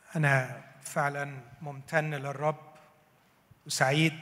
أنا فعلا ممتن للرب وسعيد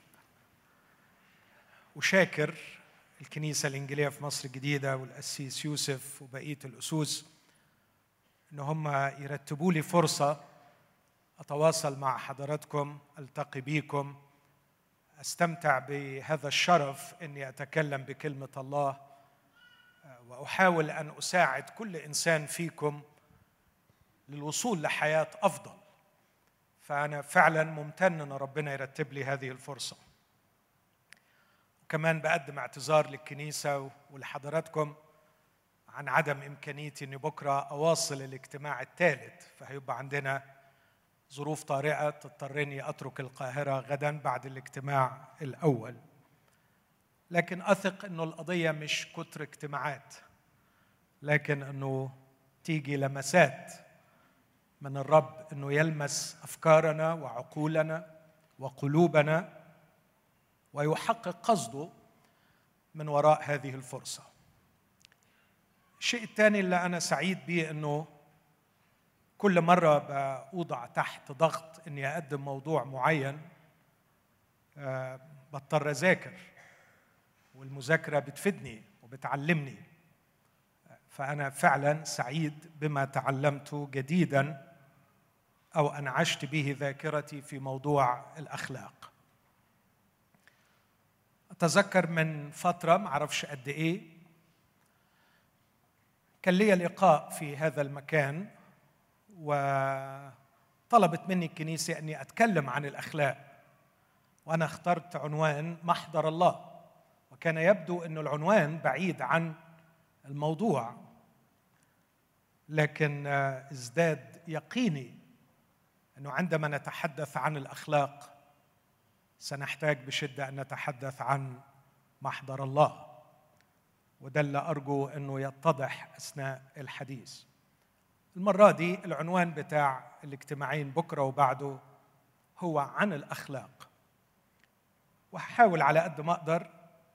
وشاكر الكنيسة الإنجيلية في مصر الجديدة والقسيس يوسف وبقية الأسوس إن هم يرتبوا لي فرصة أتواصل مع حضراتكم، ألتقي بيكم، أستمتع بهذا الشرف إني أتكلم بكلمة الله، وأحاول أن أساعد كل إنسان فيكم للوصول لحياة أفضل. فأنا فعلا ممتن أن ربنا يرتب لي هذه الفرصة. وكمان بقدم اعتذار للكنيسة ولحضراتكم عن عدم إمكانيتي أني بكرة أواصل الاجتماع الثالث، فهيبقى عندنا ظروف طارئة تضطرني أترك القاهرة غدا بعد الاجتماع الأول. لكن أثق أنه القضية مش كتر اجتماعات، لكن أنه تيجي لمسات من الرب، أنه يلمس أفكارنا وعقولنا وقلوبنا ويحقق قصده من وراء هذه الفرصة. الشيء الثاني اللي أنا سعيد به أنه كل مرة بأوضع تحت ضغط أني أقدم موضوع معين بضطر أذاكر، والمذاكرة بتفيدني وبتعلمني. فأنا فعلا سعيد بما تعلمته جديدا أو أنعشت به ذاكرتي في موضوع الأخلاق. أتذكر من فترة معرفش قد إيه كان لي لقاء في هذا المكان، وطلبت مني الكنيسة أني أتكلم عن الأخلاق، وأنا اخترت عنوان محضر الله، وكان يبدو أن العنوان بعيد عن الموضوع، لكن ازداد يقيني أنه عندما نتحدث عن الأخلاق سنحتاج بشدة أن نتحدث عن محضر الله، وده اللي أرجو أنه يتضح أثناء الحديث. المرة دي العنوان بتاع الاجتماعين بكرة وبعده هو عن الأخلاق، وهحاول على قد ما أقدر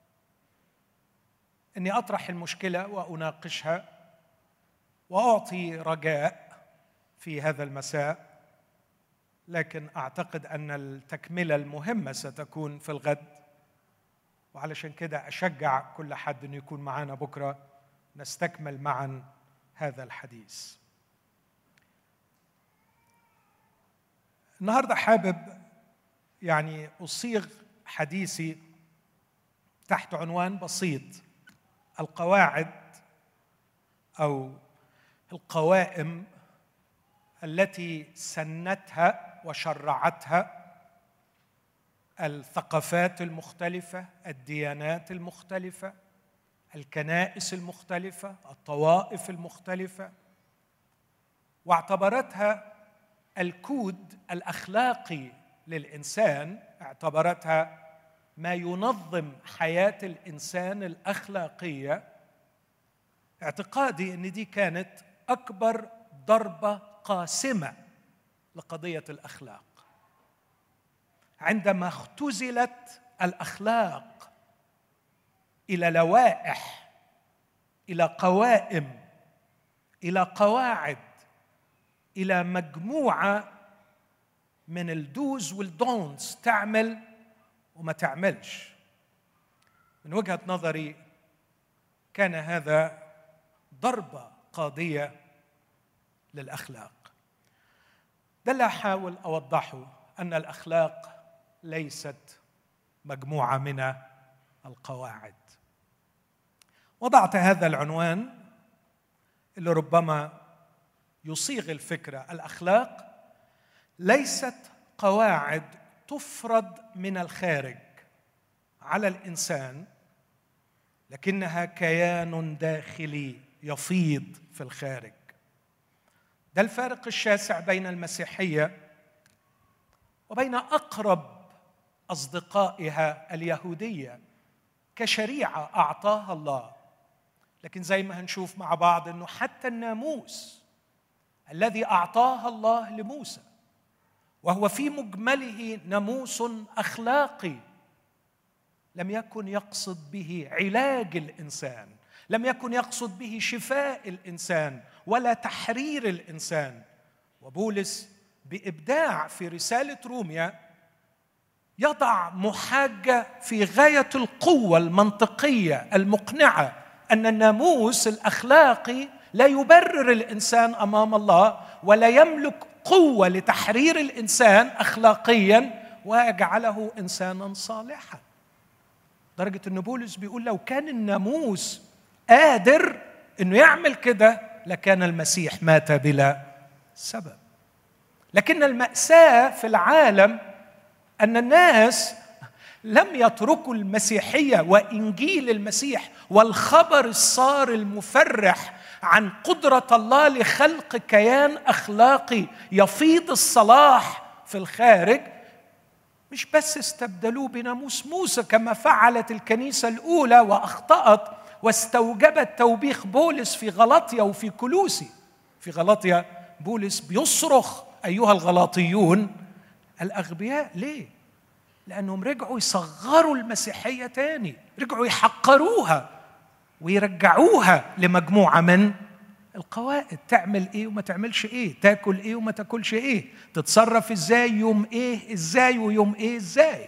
أني أطرح المشكلة وأناقشها وأعطي رجاء في هذا المساء، لكن أعتقد أن التكملة المهمة ستكون في الغد، وعلشان كده أشجع كل حد أن يكون معنا بكرة نستكمل معا هذا الحديث. النهاردة حابب أصيغ حديثي تحت عنوان بسيط: القواعد أو القوائم التي سنتها وشرعتها الثقافات المختلفة، الديانات المختلفة، الكنائس المختلفة، الطوائف المختلفة، واعتبرتها الكود الأخلاقي للإنسان، اعتبرتها ما ينظم حياة الإنسان الأخلاقية. اعتقادي أن دي كانت أكبر ضربة قاسمة لقضية الأخلاق، عندما اختزلت الأخلاق إلى لوائح، إلى قوائم، إلى قواعد، إلى مجموعة من الدوز والدونتس، تعمل وما تعملش. من وجهة نظري كان هذا ضربة قاضية للأخلاق. ده اللي أحاول أوضحه، أن الأخلاق ليست مجموعة من القواعد. وضعت هذا العنوان اللي ربما يصيغ الفكرة: الأخلاق ليست قواعد تفرض من الخارج على الإنسان، لكنها كيان داخلي يفيض في الخارج. ده الفارق الشاسع بين المسيحية وبين أقرب أصدقائها اليهودية كشريعة أعطاها الله. لكن زي ما هنشوف مع بعض أنه حتى الناموس الذي أعطاها الله لموسى، وهو في مجمله ناموس أخلاقي، لم يكن يقصد به علاج الإنسان، لم يكن يقصد به شفاء الإنسان ولا تحرير الإنسان. وبولس بإبداع في رسالة روميا يضع محاجة في غاية القوة المنطقية المقنعة أن الناموس الأخلاقي لا يبرر الإنسان أمام الله ولا يملك قوة لتحرير الإنسان أخلاقياً ويجعله إنساناً صالحاً. درجة أن بولس بيقول لو كان الناموس قادر أنه يعمل كده لكان المسيح مات بلا سبب. لكن المأساة في العالم أن الناس لم يتركوا المسيحية وإنجيل المسيح والخبر السار المفرح عن قدرة الله لخلق كيان أخلاقي يفيض الصلاح في الخارج، مش بس استبدلوه بناموس موسى كما فعلت الكنيسة الأولى وأخطأت واستوجبت توبيخ بولس في غلاطيا وفي كولوسي. في غلاطيا بولس بيصرخ أيها الغلاطيون الأغبياء. ليه؟ لأنهم رجعوا يصغروا المسيحية تاني، رجعوا يحقروها ويرجعوها لمجموعة من القواعد. تعمل إيه وما تعملش إيه، تاكل إيه وما تاكلش إيه، تتصرف إزاي يوم إيه إزاي ويوم إيه إزاي.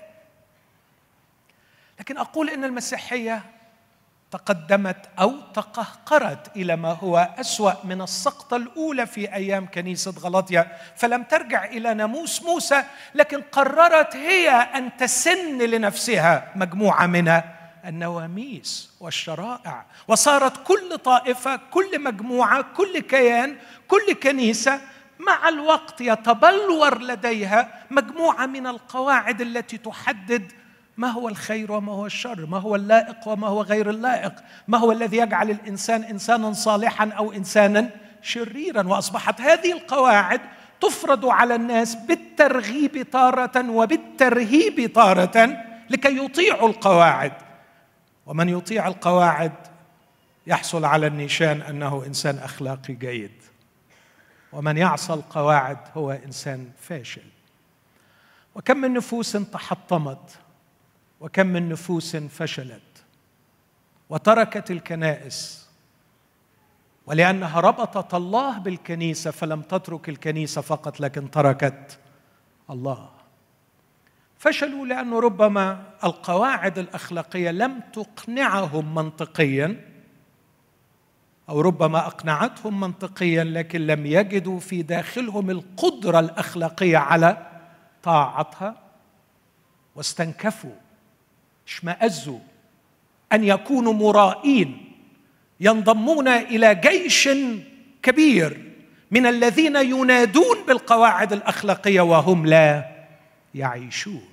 لكن أقول إن المسيحية تقدمت أو تقهقرت إلى ما هو أسوأ من السقطة الأولى في أيام كنيسة غلاطيا، فلم ترجع إلى ناموس موسى، لكن قررت هي أن تسن لنفسها مجموعة من النواميس والشرائع، وصارت كل طائفة، كل مجموعة، كل كيان، كل كنيسة مع الوقت يتبلور لديها مجموعة من القواعد التي تحدد ما هو الخير وما هو الشر، ما هو اللائق وما هو غير اللائق، ما هو الذي يجعل الإنسان إنسانا صالحا أو إنسانا شريرا. وأصبحت هذه القواعد تفرض على الناس بالترغيب تارة وبالترهيب تارة لكي يطيعوا القواعد. ومن يطيع القواعد يحصل على النيشان أنه إنسان أخلاقي جيد، ومن يعصى القواعد هو إنسان فاشل. وكم من نفوس تحطمت، وكم من نفوس فشلت وتركت الكنائس، ولأنها ربطت الله بالكنيسة فلم تترك الكنيسة فقط لكن تركت الله. فشلوا لأنه ربما القواعد الأخلاقية لم تقنعهم منطقيا، أو ربما أقنعتهم منطقيا لكن لم يجدوا في داخلهم القدرة الأخلاقية على طاعتها، واستنكفوا، اشمأزوا أن يكونوا مرائين ينضمون إلى جيش كبير من الذين ينادون بالقواعد الأخلاقية وهم لا يعيشون.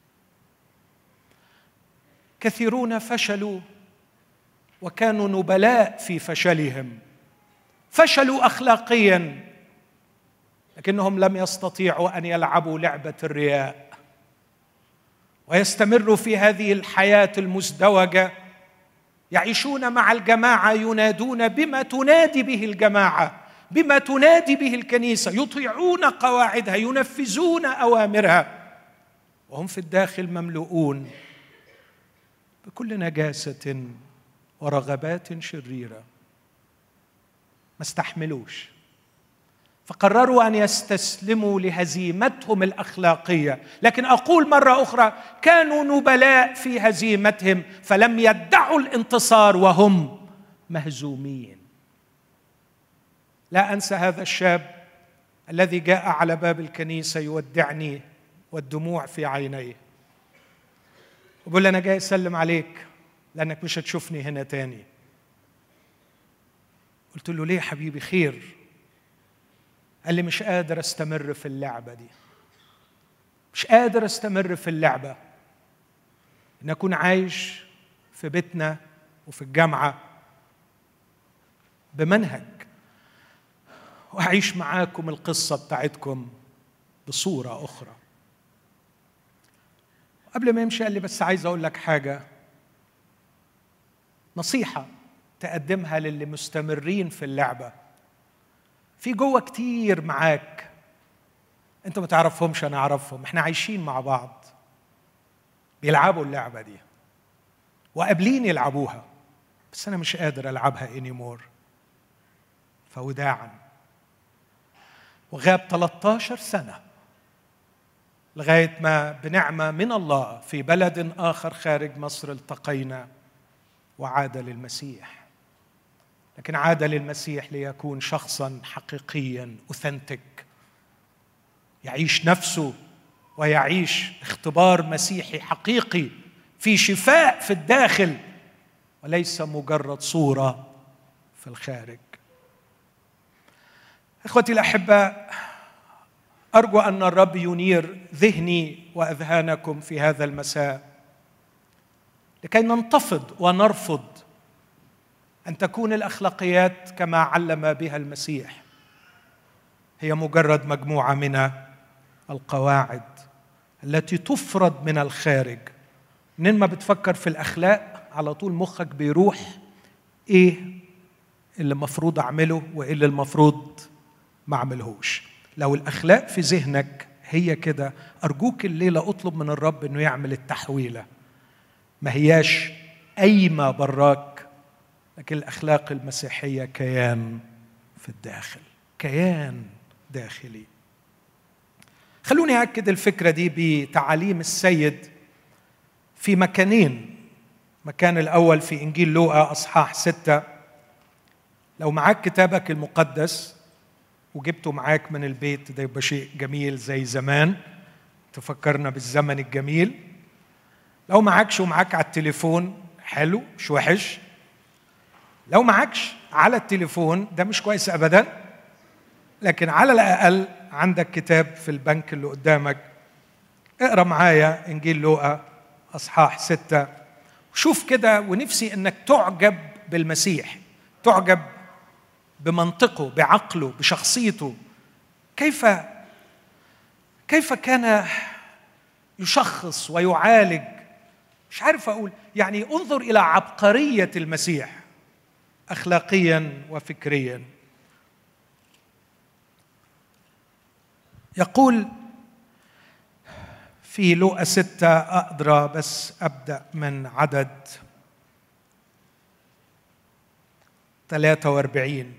كثيرون فشلوا وكانوا نبلاء في فشلهم، فشلوا أخلاقيا لكنهم لم يستطيعوا أن يلعبوا لعبة الرياء ويستمروا في هذه الحياة المزدوجة، يعيشون مع الجماعة، ينادون بما تنادي به الجماعة، بما تنادي به الكنيسة، يطيعون قواعدها، ينفذون أوامرها، وهم في الداخل مملؤون بكل نجاسة ورغبات شريرة. ما استحملوش، فقرروا أن يستسلموا لهزيمتهم الأخلاقية. لكن أقول مرة أخرى، كانوا نبلاء في هزيمتهم فلم يدعوا الانتصار وهم مهزومين. لا أنسى هذا الشاب الذي جاء على باب الكنيسة يودعني والدموع في عينيه، وبقول أنا جاي أسلم عليك لأنك مش هتشوفني هنا تاني. قلت له ليه حبيبي؟ خير. قال لي مش قادر استمر في اللعبة دي، مش قادر استمر في اللعبة إن أكون عايش في بيتنا وفي الجامعة بمنهج، وأعيش معاكم القصة بتاعتكم بصورة أخرى. قبل ما يمشي قال لي بس عايز أقول لك حاجة، نصيحة تقدمها للي مستمرين في اللعبة. في جوه كتير معاك انت ما تعرفهمش، انا اعرفهم، احنا عايشين مع بعض بيلعبوا اللعبة دي وقابلين يلعبوها، بس انا مش قادر العبها anymore. فوداعا وغاب 13 سنة لغاية ما بنعمة من الله في بلد آخر خارج مصر التقينا وعاد للمسيح. لكن عاد للمسيح ليكون شخصاً حقيقياً أوثنتيك، يعيش نفسه ويعيش اختبار مسيحي حقيقي في شفاء في الداخل وليس مجرد صورة في الخارج. إخوتي الأحباء، أرجو أن الرب ينير ذهني وأذهانكم في هذا المساء لكي ننتفض ونرفض أن تكون الأخلاقيات كما علم بها المسيح هي مجرد مجموعة من القواعد التي تفرض من الخارج. منين ما بتفكر في الأخلاق على طول مخك بيروح إيه اللي المفروض أعمله وإيه اللي المفروض ما أعملهوش. لو الأخلاق في ذهنك هي كده، أرجوك الليلة أطلب من الرب أنه يعمل التحويلة. ما هياش قايمة براك، لكن الأخلاق المسيحية كيان في الداخل، كيان داخلي. خلوني أكد الفكرة دي بتعاليم السيد في مكانين. مكان الأول في إنجيل لوقا أصحاح 6. لو معاك كتابك المقدس وجبته معاك من البيت ده يبقى شيء جميل زي زمان، تفكرنا بالزمن الجميل. لو معاكش ومعاك على التليفون حلو مش وحش. لو معاكش على التليفون ده مش كويس أبدا، لكن على الأقل عندك كتاب في البنك اللي قدامك. اقرأ معايا إنجيل لوقا أصحاح 6 وشوف كده، ونفسي أنك تعجب بالمسيح، تعجب بمنطقه، بعقله، بشخصيته. كيف كان يشخص ويعالج. مش عارف أقول، يعني انظر إلى عبقرية المسيح أخلاقيا وفكريا. يقول في لوقا 6، أقدر بس أبدأ من عدد 43،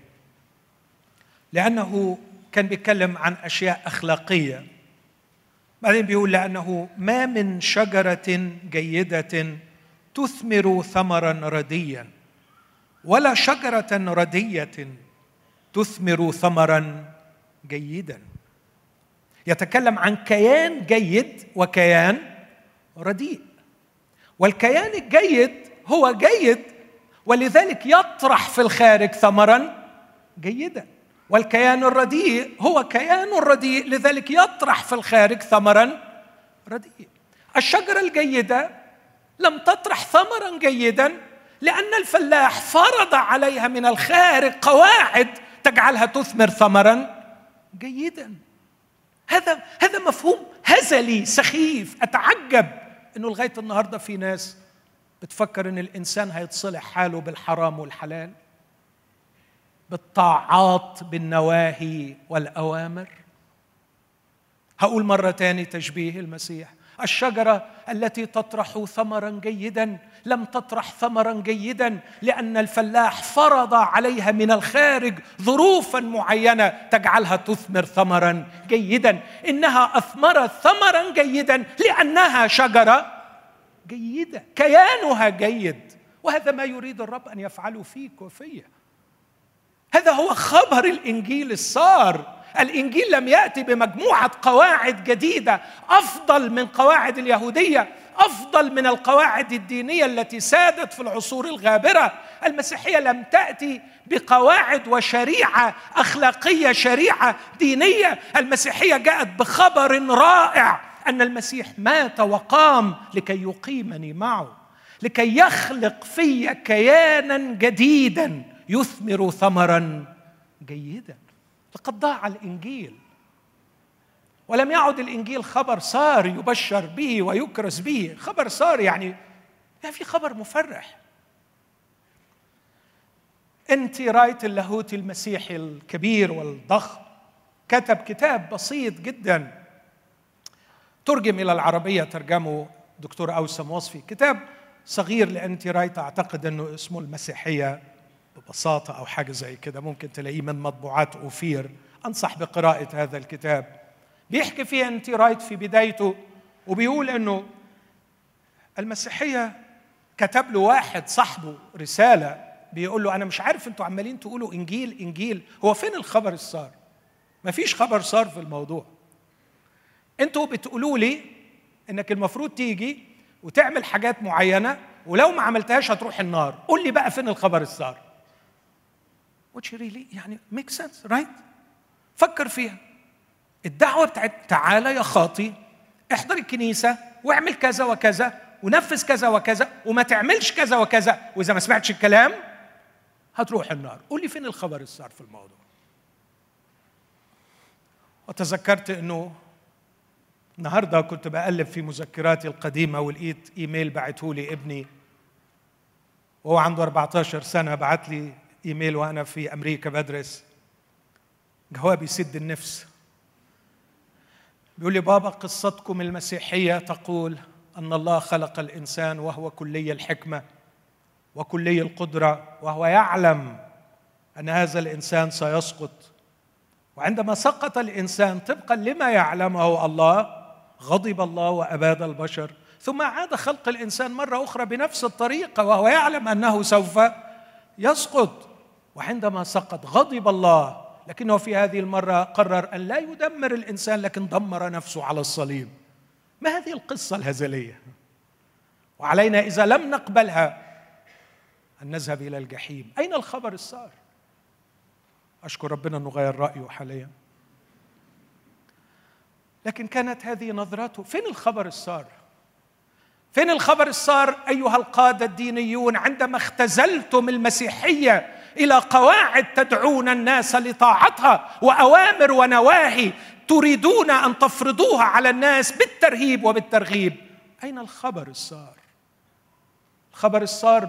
لأنه كان بيتكلم عن أشياء أخلاقية. بعدين بيقول لأنه ما من شجرة جيدة تثمر ثمرا رديا ولا شجرة ردية تثمر ثمرا جيدا. يتكلم عن كيان جيد وكيان رديء. والكيان الجيد هو جيد ولذلك يطرح في الخارج ثمرا جيدا، والكيان الرديء هو كيان رديء لذلك يطرح في الخارج ثمرا رديء. الشجرة الجيدة لم تطرح ثمرا جيدا لأن الفلاح فرض عليها من الخارج قواعد تجعلها تثمر ثمرا جيدا. هذا مفهوم هزلي سخيف. أتعجب أنه لغاية النهاردة في ناس بتفكر أن الإنسان هيتصلح حاله بالحرام والحلال، بالطاعات بالنواهي والأوامر. هقول مرة تاني تشبيه المسيح: الشجرة التي تطرح ثمرا جيدا لم تطرح ثمرا جيدا لأن الفلاح فرض عليها من الخارج ظروفا معينة تجعلها تثمر ثمرا جيدا. إنها أثمرت ثمرا جيدا لأنها شجرة جيدة، كيانها جيد. وهذا ما يريد الرب أن يفعله فيك وفيا. هذا هو خبر الإنجيل السار. الإنجيل لم يأتي بمجموعة قواعد جديدة أفضل من قواعد اليهودية، أفضل من القواعد الدينية التي سادت في العصور الغابرة. المسيحية لم تأتي بقواعد وشريعة أخلاقية، شريعة دينية. المسيحية جاءت بخبر رائع أن المسيح مات وقام لكي يقيمني معه، لكي يخلق في كيانا جديدا يثمر ثمرا جيدا. لقد ضاع الإنجيل ولم يعد الإنجيل خبر سار يبشر به ويكرز به. خبر سار يعني في خبر مفرح. أنت رايت اللاهوتي المسيحي الكبير والضخم كتب كتاب بسيط جدا ترجم إلى العربية، ترجمه دكتور أوسم وصفي. كتاب صغير لأنت رايت، أعتقد أنه اسمه المسيحية ببساطة أو حاجة زي كده، ممكن تلاقيه من مطبوعات أوفير أنصح بقراءة هذا الكتاب. بيحكي فيه أن تي رايت في بدايته، وبيقول أنه المسيحية كتب له واحد صاحبه رسالة بيقول له: أنا مش عارف أنتوا عمالين تقولوا إنجيل إنجيل، هو فين الخبر السار؟ مفيش خبر سار في الموضوع. أنتوا بتقولوا لي إنك المفروض تيجي وتعمل حاجات معينة، ولو ما عملتهاش هتروح النار. قول لي بقى فين الخبر السار؟ Which really يعني make sense right؟ فكر فيها. الدعوة بتاعت تعالى يا خاطي احضر الكنيسة واعمل كذا وكذا ونفذ كذا وكذا وما تعملش كذا وكذا، وإذا ما سمعتش الكلام هتروح النار. قول لي فين الخبر السار في الموضوع؟ وتذكرت أنه النهاردة كنت بقلب في مذكراتي القديمة ولقيت إيميل بعته لي ابني وهو عنده 14 سنة. بعت لي إيميل وأنا في أمريكا بدرس، جواب يسد النفس. بيقول لي: بابا، قصتكم المسيحية تقول أن الله خلق الإنسان وهو كلي الحكمة وكلي القدرة، وهو يعلم أن هذا الإنسان سيسقط، وعندما سقط الإنسان طبقا لما يعلمه الله غضب الله وأباد البشر، ثم عاد خلق الإنسان مرة أخرى بنفس الطريقة وهو يعلم أنه سوف يسقط، وعندما سقط غضب الله، لكنه في هذه المرة قرر أن لا يدمر الإنسان لكن دمر نفسه على الصليب. ما هذه القصة الهزلية؟ وعلينا إذا لم نقبلها أن نذهب إلى الجحيم. أين الخبر السار؟ أشكر ربنا أنه غير رأيه حاليا، لكن كانت هذه نظرته. فين الخبر السار؟ فين الخبر السار أيها القادة الدينيون عندما اختزلتم المسيحية إلى قواعد تدعون الناس لطاعتها وأوامر ونواهي تريدون أن تفرضوها على الناس بالترهيب وبالترغيب؟ أين الخبر السار؟ الخبر السار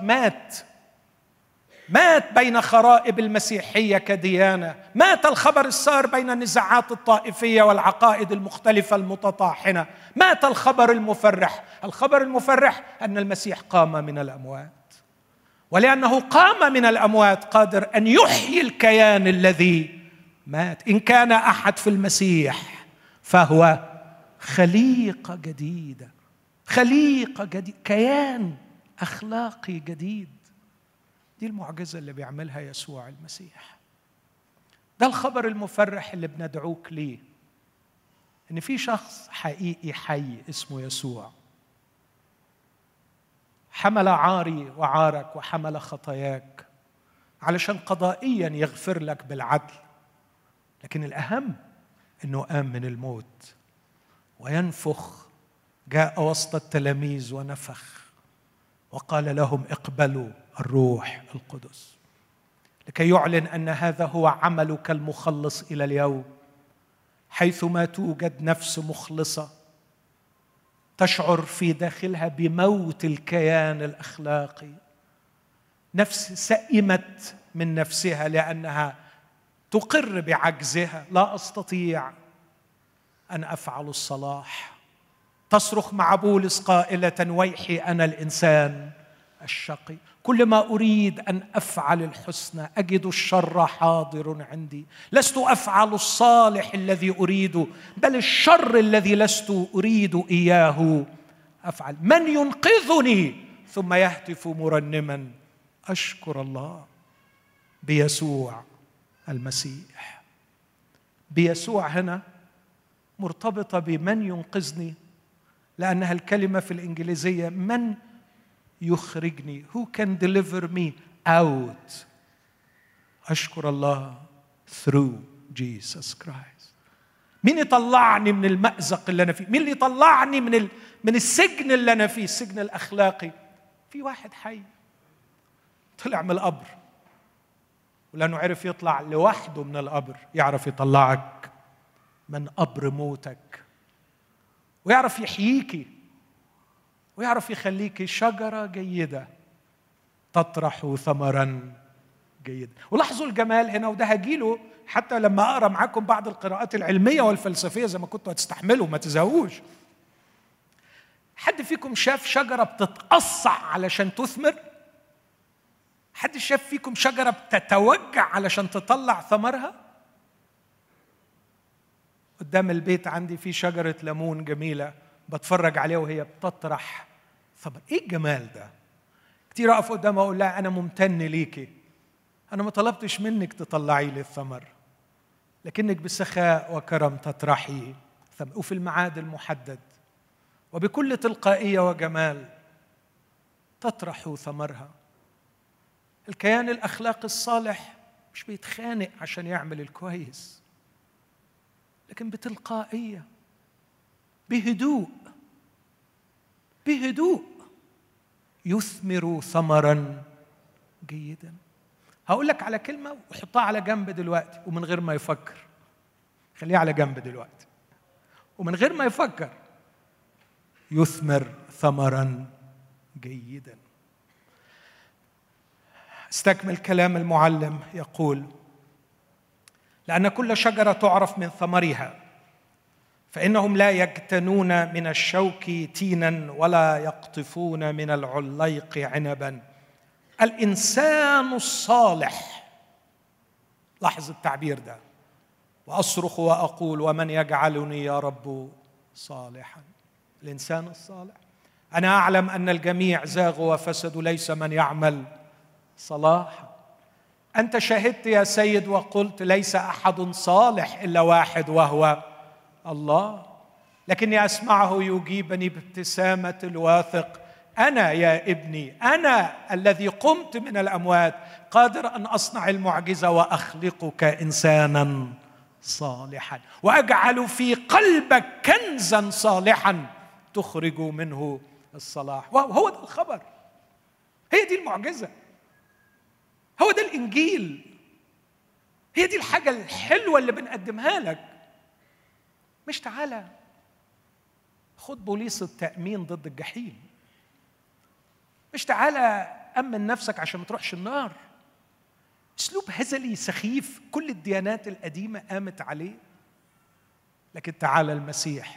مات بين خرائب المسيحية كديانة، مات الخبر السار بين النزاعات الطائفية والعقائد المختلفة المتطاحنة، مات الخبر المفرح. الخبر المفرح أن المسيح قام من الأموات، ولأنه قام من الأموات قادر أن يحيي الكيان الذي مات. إن كان أحد في المسيح فهو خليقة جديدة، خليقة جديدة، كيان أخلاقي جديد. دي المعجزة اللي بيعملها يسوع المسيح. ده الخبر المفرح اللي بندعوك ليه، إن في شخص حقيقي حي اسمه يسوع، حمل عاري وعارك وحمل خطاياك علشان قضائيا يغفر لك بالعدل، لكن الأهم إنه قام من الموت وينفخ. جاء وسط التلاميذ ونفخ وقال لهم: اقبلوا الروح القدس، لكي يعلن أن هذا هو عملك المخلص إلى اليوم. حيثما توجد نفس مخلصة تشعر في داخلها بموت الكيان الأخلاقي، نفس سئمت من نفسها لأنها تقر بعجزها، لا أستطيع أن أفعل الصلاح، تصرخ مع بولس قائلة: ويحي أنا الإنسان الشقي، كل ما أريد أن أفعل الحسنى أجد الشر حاضر عندي، لست أفعل الصالح الذي أريده بل الشر الذي لست أريد إياه أفعل. من ينقذني؟ ثم يهتف مرنما: أشكر الله بيسوع المسيح. بيسوع هنا مرتبطة بمن ينقذني، لأنها الكلمة في الإنجليزية من يخرجني. Who can deliver me out؟ أشكر الله through Jesus Christ. مين يطلعني من المأزق اللي أنا فيه؟ مين اللي يطلعني من السجن اللي أنا فيه، السجن الأخلاقي؟ في واحد حي طلع من القبر، ولأنه عرف يطلع لوحده من القبر يعرف يطلعك من قبر موتك، ويعرف يحييكي، ويعرف يخليكي شجرة جيدة تطرح ثمرا جيدا. ولاحظوا الجمال هنا، وده هجيله حتى لما أقرأ معاكم بعض القراءات العلمية والفلسفية زي ما كنتوا هتستحملوا ما تزهقوش. حد فيكم شاف شجرة بتتقصع علشان تثمر؟ حد شاف فيكم شجرة بتتوجع علشان تطلع ثمرها؟ قدام البيت عندي في شجرة ليمون جميلة، بتفرج عليها وهي بتطرح ثمر. ايه الجمال ده؟ كتير اقف قدامها اقول لها انا ممتن ليكي، انا ما طلبتش منك تطلعي لي الثمر، لكنك بسخاء وكرم تطرحي ثمر، وفي الميعاد المحدد وبكل تلقائية وجمال تطرح ثمرها. الكيان الأخلاقي الصالح مش بيتخانق عشان يعمل الكويس، لكن بتلقائية، بهدوء يثمر ثمرا جيدا. هقول لك على كلمة وحطها على جنب دلوقتي ومن غير ما يفكر، خليها على جنب دلوقتي ومن غير ما يفكر، يثمر ثمرا جيدا. استكمل كلام المعلم يقول: لأن كل شجرة تعرف من ثمرها، فإنهم لا يجتنون من الشوك تينا ولا يقطفون من العليق عنبا. الإنسان الصالح، لاحظ التعبير ده، وأصرخ وأقول ومن يجعلني يا رب صالحا. الإنسان الصالح، أنا أعلم أن الجميع زاغوا وفسدوا، ليس من يعمل صلاحا. أنت شهدت يا سيد وقلت ليس أحد صالح إلا واحد وهو الله، لكني أسمعه يجيبني بابتسامة الواثق: أنا يا ابني، أنا الذي قمت من الأموات، قادر أن أصنع المعجزة وأخلقك إنسانا صالحا وأجعل في قلبك كنزا صالحا تخرج منه الصلاح. وهو ده الخبر، هي دي المعجزة، هو ده الإنجيل، هي دي الحاجة الحلوة اللي بنقدمها لك. مش تعالى خد بوليس التأمين ضد الجحيم، مش تعالى أمن نفسك عشان ما تروحش النار. أسلوب هزلي سخيف كل الديانات القديمة قامت عليه، لكن تعالى المسيح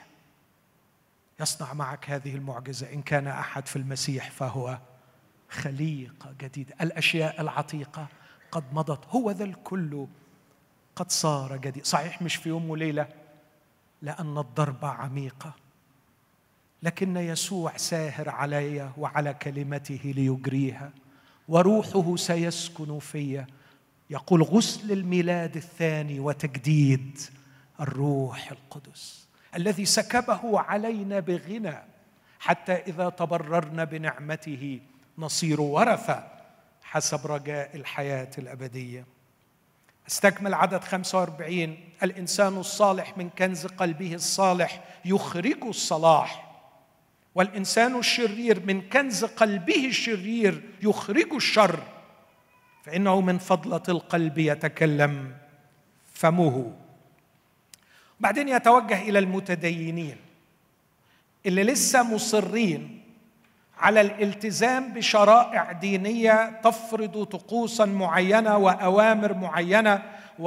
يصنع معك هذه المعجزة. إن كان أحد في المسيح فهو خليقة جديدة، الأشياء العتيقة قد مضت، هو ذا الكل قد صار جديد. صحيح مش في يوم وليلة، لأن الضربة عميقة، لكن يسوع ساهر علي وعلى كلمته ليجريها، وروحه سيسكن في. يقول غسل الميلاد الثاني وتجديد الروح القدس الذي سكبه علينا بغنى، حتى إذا تبررنا بنعمته نصير ورثة حسب رجاء الحياة الأبدية. استكمل عدد 45: الإنسان الصالح من كنز قلبه الصالح يخرج الصلاح، والإنسان الشرير من كنز قلبه الشرير يخرج الشر، فإنه من فضلة القلب يتكلم فمه. بعدين يتوجه إلى المتدينين اللي لسه مصرين على الالتزام بشرائع دينية تفرض طقوسا معينة وأوامر معينة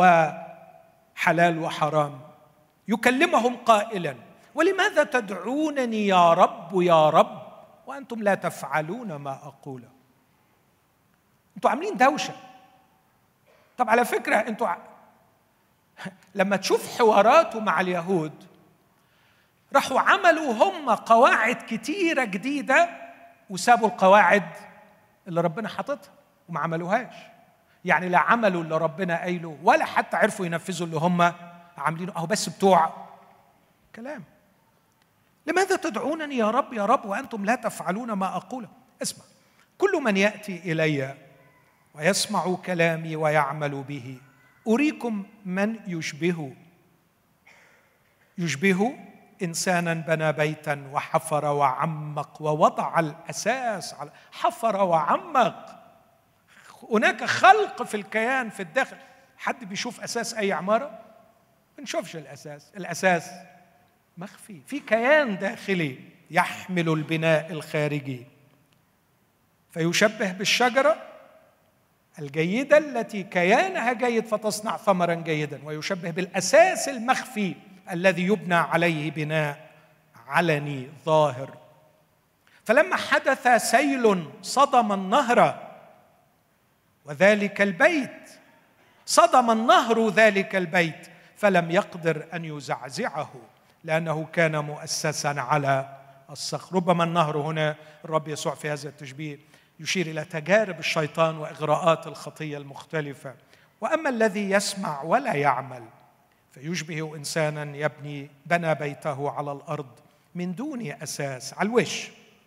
وحلال وحرام. يكلمهم قائلا: ولماذا تدعونني يا رب يا رب وأنتم لا تفعلون ما أقوله؟ أنتوا عاملين دوشة. طب على فكرة أنتوا لما تشوف حواراته مع اليهود راحوا عملوا هم قواعد كتيرة جديدة وسابوا القواعد اللي ربنا حاططها وما عملوهاش. يعني لا عملوا اللي ربنا قايله ولا حتى عرفوا ينفذوا اللي هم عاملينه، أهو بس بتوع كلام. لماذا تدعونني يا رب يا رب وأنتم لا تفعلون ما أقوله؟ اسمع، كل من يأتي إلي ويسمع كلامي ويعمل به أريكم من يشبهه إنسانا بنى بيتا وحفر وعمق ووضع الأساس على حفر وعمق. هناك خلق في الكيان في الداخل. حد بيشوف أساس أي عمارة؟ ما نشوفش الأساس مخفي في كيان داخلي يحمل البناء الخارجي، فيشبه بالشجرة الجيدة التي كيانها جيد فتصنع ثمرا جيدا، ويشبه بالأساس المخفي الذي يبنى عليه بناء علني ظاهر. فلما حدث سيل صدم النهر وذلك البيت، صدم النهر ذلك البيت، فلم يقدر أن يزعزعه لأنه كان مؤسسا على الصخر. ربما النهر هنا الرب يسوع في هذا التشبيه يشير إلى تجارب الشيطان وإغراءات الخطية المختلفة. وأما الذي يسمع ولا يعمل فيشبه إنسانا بنى بيته على الأرض من دون أساس، على الوش،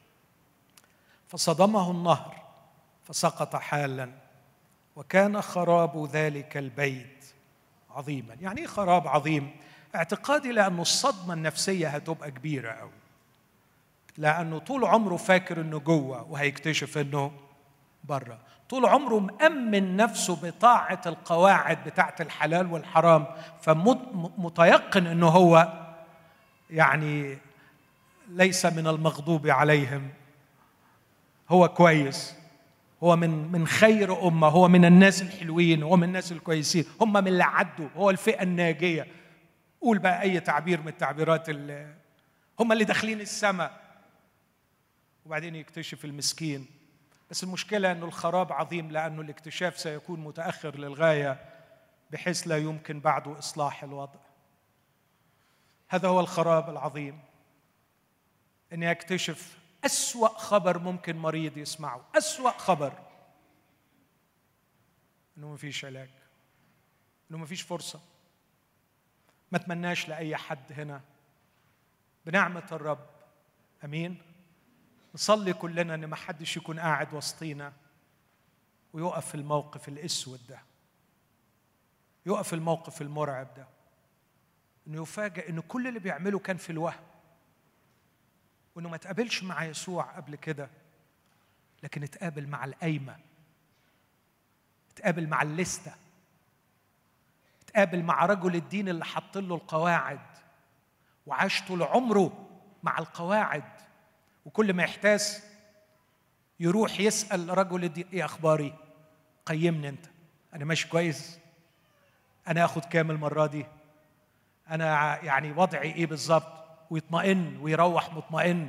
فصدمه النهر فسقط حالا، وكان خراب ذلك البيت عظيما. يعني إيه خراب عظيم؟ اعتقادي لأنه الصدمة النفسية هتبقى كبيرة أوي، لأنه طول عمره فاكر أنه جوه وهيكتشف أنه بره. طول عمره مأمن نفسه بطاعة القواعد بتاعة الحلال والحرام، فمتيقن أنه هو يعني ليس من المغضوب عليهم، هو كويس، هو من خير أمة، هو من الناس الحلوين، هو من الناس الكويسين، هم من اللي عدوا، هو الفئة الناجية. قول بقى أي تعبير من التعبيرات هم اللي داخلين السماء. وبعدين يكتشف المسكين. بس المشكلة أنه الخراب عظيم، لأنه الاكتشاف سيكون متأخر للغاية بحيث لا يمكن بعده إصلاح الوضع. هذا هو الخراب العظيم، أن يكتشف أسوأ خبر ممكن مريض يسمعه، أسوأ خبر، أنه ما فيش علاج، أنه ما فيش فرصة. ما أتمناش لأي حد هنا بنعمة الرب، أمين، نصلي كلنا أن ما حدش يكون قاعد وسطينا ويقف في الموقف الأسود ده، يقف في الموقف المرعب ده، أنه يفاجئ أنه كل اللي بيعمله كان في الوهم، وأنه ما تقابلش مع يسوع قبل كده، لكن اتقابل مع القايمة، اتقابل مع الليستة، اتقابل مع رجل الدين اللي حط له القواعد وعاش طول عمره مع القواعد. وكل ما يحتاس يروح يسأل رجل الدين: إيه أخباري؟ قيمني أنت، أنا ماشي كويس؟ أنا أخذ كام المرة دي؟ أنا يعني وضعي إيه بالظبط؟ ويطمئن ويروح مطمئن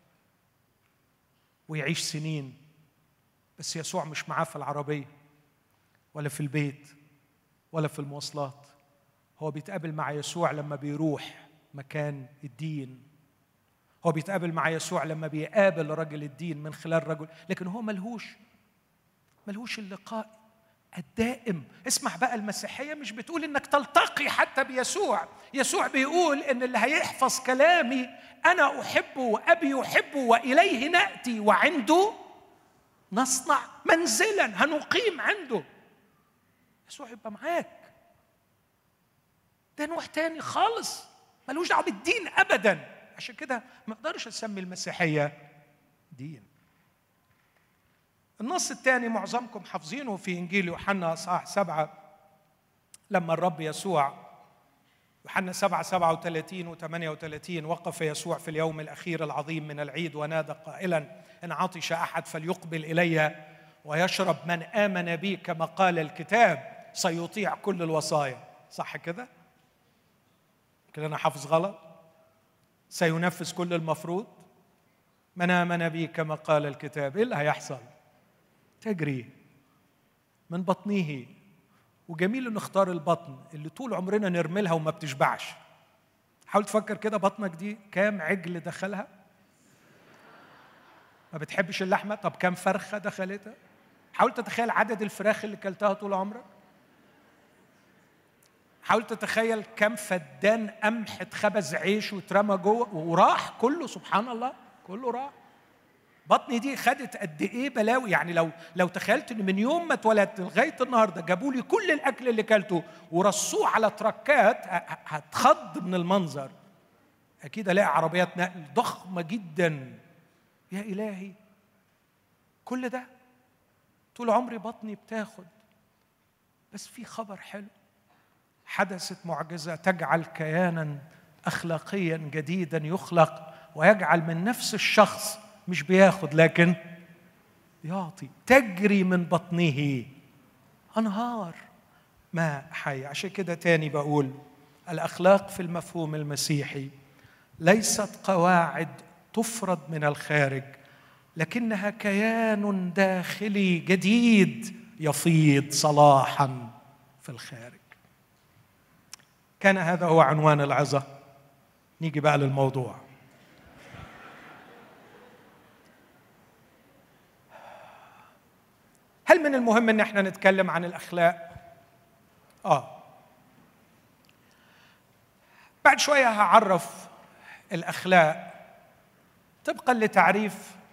ويعيش سنين. بس يسوع مش معاه في العربية ولا في البيت ولا في المواصلات، هو بيتقابل مع يسوع لما بيروح مكان الدين، هو بيتقابل مع يسوع لما بيقابل رجل الدين من خلال رجل، لكن هو ملهوش اللقاء الدائم. اسمع بقى، المسيحية مش بتقول انك تلتقي حتى بيسوع، يسوع بيقول ان اللي هيحفظ كلامي انا احبه وابي يحبه واليه نأتي وعنده نصنع منزلا، هنقيم عنده. يسوع يبقى معاك، ده نوع تاني خالص ملوش دعوه بالدين ابدا. عشان كده ما اقدرش اسمي المسيحيه دين. النص الثاني معظمكم حافظينه في انجيل يوحنا اصحاح 7، لما الرب يسوع يوحنا 7:37 و38 وقف يسوع في اليوم الاخير العظيم من العيد ونادى قائلا: ان عطش احد فليقبل الي ويشرب، من امن بي كما قال الكتاب سيطيع كل الوصايا. صح كده؟ كده انا حافظ غلط؟ سينفذ كل المفروض. من آمن بي كما قال الكتاب، إيه اللي هيحصل؟ تجري من بطنه. وجميل إن نختار البطن اللي طول عمرنا نرملها وما بتشبعش. حاول تفكر كده، بطنك دي كام عجل دخلها؟ ما بتحبش اللحمة؟ طب كام فرخة دخلتها؟ حاول تتخيل عدد الفراخ اللي كلتها طول عمرك. حاول تتخيل كم فدان قمح اتخبز عيش واترمى جوه وراح كله، سبحان الله، كله راح. بطني دي خدت قد ايه بلاوي. يعني لو تخيلت ان من يوم ما اتولدت لغايه النهارده جابوا لي كل الاكل اللي كلته ورصوه على تركات، هتخض من المنظر. اكيد الاقي عربيات نقل ضخمه جدا. يا الهي، كل ده طول عمري بطني بتاخد. بس في خبر حلو، حدثت معجزة تجعل كيانا أخلاقيا جديدا يخلق، ويجعل من نفس الشخص مش بياخد لكن يعطي. تجري من بطنه أنهار ماء حي. عشان كده تاني بقول، الأخلاق في المفهوم المسيحي ليست قواعد تفرض من الخارج، لكنها كيان داخلي جديد يفيض صلاحا في الخارج. كان هذا هو عنوان العظة. نيجي بقى للموضوع. هل من المهم ان احنا نتكلم عن الاخلاق؟ بعد شوية هعرف الأخلاق طبقاً لتعريف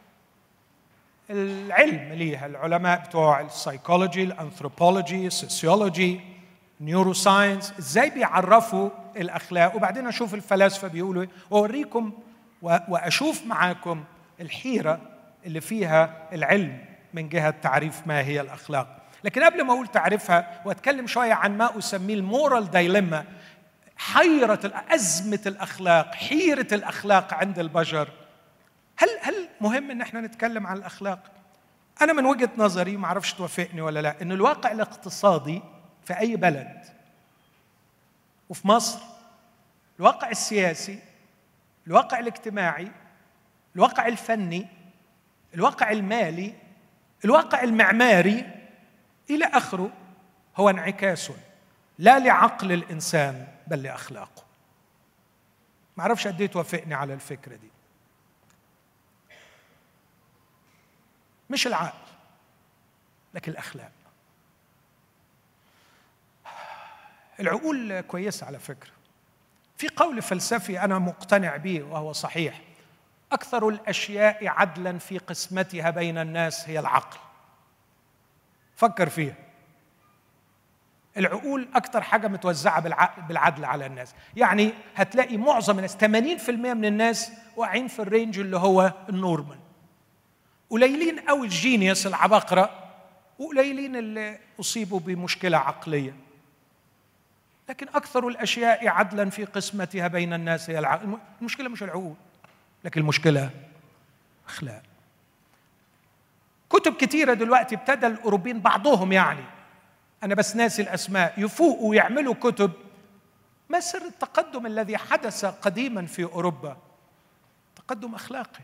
العلم ليها، العلماء بتوع السايكولوجي، الأنثروبولوجي، السوسيولوجي، نيوروساينس، إزاي بيعرفوا الأخلاق، وبعدين أشوف الفلاسفة بيقولوا إيه، وأوريكم وأشوف معاكم الحيرة اللي فيها العلم من جهة تعريف ما هي الأخلاق. لكن قبل ما أقول تعريفها وأتكلم شوية عن ما أسميه المورال دايليما، حيرة أزمة الأخلاق، حيرة الأخلاق عند البشر، هل مهم إن احنا نتكلم عن الأخلاق؟ أنا من وجهة نظري، ما أعرفش توافقني ولا لا، إن الواقع الاقتصادي في أي بلد، وفي مصر الواقع السياسي، الواقع الاجتماعي، الواقع الفني، الواقع المالي، الواقع المعماري إلى آخره، هو انعكاس لا لعقل الإنسان بل لأخلاقه. ما أعرفش قد إيه توافقني على الفكرة دي. مش العقل لكن الأخلاق. العقول كويسة على فكرة. في قول فلسفي أنا مقتنع به وهو صحيح: أكثر الأشياء عدلاً في قسمتها بين الناس هي العقل. فكر فيها. العقول أكثر حاجة متوزعة بالعدل على الناس. يعني هتلاقي معظم الناس، 80% من الناس واقعين في الرينج اللي هو النورمال. قليلين قوي الجينيوس العباقرة، وقليلين اللي أصيبوا بمشكلة عقلية. لكن أكثر الأشياء عدلاً في قسمتها بين الناس هي العقل. المشكلة مش العقول، لكن المشكلة أخلاق. كتب كتيرة دلوقتي ابتدى الأوروبيين بعضهم، يعني أنا بس ناسي الأسماء، يفوقوا ويعملوا كتب. ما سر التقدم الذي حدث قديماً في أوروبا؟ تقدم أخلاقي.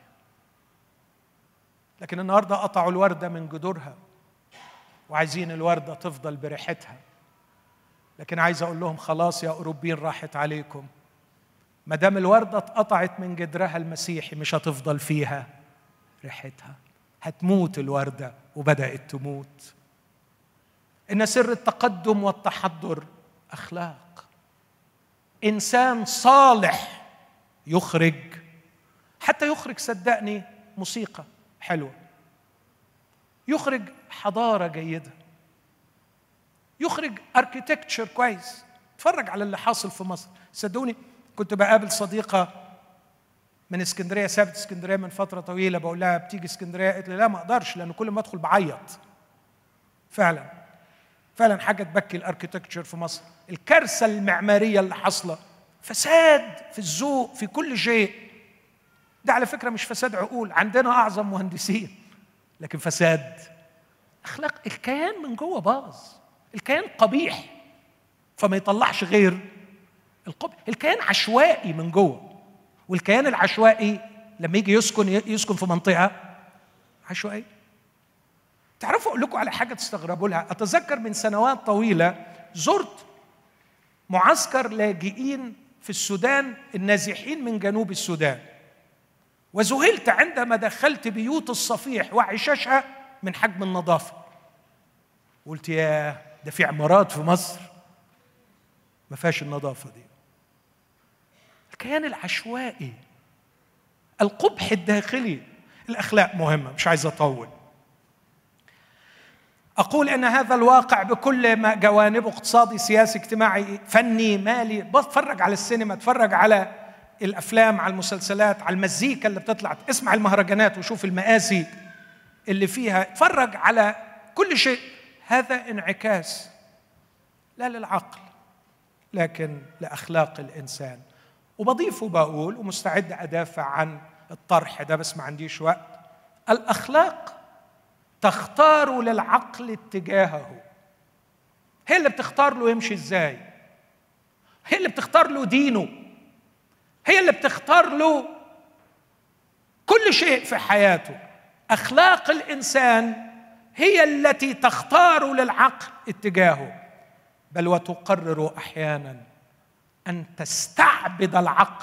لكن النهاردة قطعوا الوردة من جذورها وعايزين الوردة تفضل بريحتها. لكن عايز أقول لهم خلاص يا أوروبيين، راحت عليكم. ما دام الوردة اتقطعت من جذرها المسيحي مش هتفضل فيها ريحتها، هتموت الوردة، وبدأت تموت. إن سر التقدم والتحضر أخلاق. إنسان صالح يخرج، حتى يخرج صدقني موسيقى حلوة، يخرج حضارة جيدة، يخرج أركيتكتشر كويس. اتفرج على اللي حاصل في مصر. صدقوني كنت بقابل صديقة من اسكندرية، سابت اسكندرية من فترة طويلة، بقول لها بتيجي اسكندرية؟ قالت لي لا ما أقدرش، لأن كل ما أدخل بعيط. فعلا حاجة تبكي. الأركيتكتشر في مصر، الكارثة المعمارية اللي حصلة، فساد في الذوق في كل شيء. ده على فكرة مش فساد عقول، عندنا أعظم مهندسين، لكن فساد أخلاق. الكيان من جوه باظ، الكيان قبيح فما يطلعش غير القبح. الكيان عشوائي من جوه، والكيان العشوائي لما يجي يسكن في منطقة عشوائية. تعرفوا أقول لكم على حاجة تستغربوا لها؟ أتذكر من سنوات طويلة زرت معسكر لاجئين في السودان، النازحين من جنوب السودان، وذهلت عندما دخلت بيوت الصفيح وعشاشها من حجم النظافة. قلت يا ده في عمارات في مصر ما فيهاش النظافة دي. الكيان العشوائي، القبح الداخلي. الأخلاق مهمة، مش عايز أطول. أقول أن هذا الواقع بكل ما جوانبه، اقتصادي، سياسي، اجتماعي، فني، مالي. بتفرج على السينما، اتفرج على الأفلام، على المسلسلات، على المزيكا اللي بتطلع، اسمع المهرجانات وشوف المآسي اللي فيها، اتفرج على كل شيء. هذا انعكاس لا للعقل لكن لأخلاق الإنسان. وبضيف وبقول، ومستعد أدافع عن الطرح ده بس ما عنديش وقت، الأخلاق تختار للعقل اتجاهه. هي اللي بتختار له يمشي ازاي، هي اللي بتختار له دينه، هي اللي بتختار له كل شيء في حياته. أخلاق الإنسان هي التي تختار للعقل اتجاهه، بل وتقرر أحيانا أن تستعبد العقل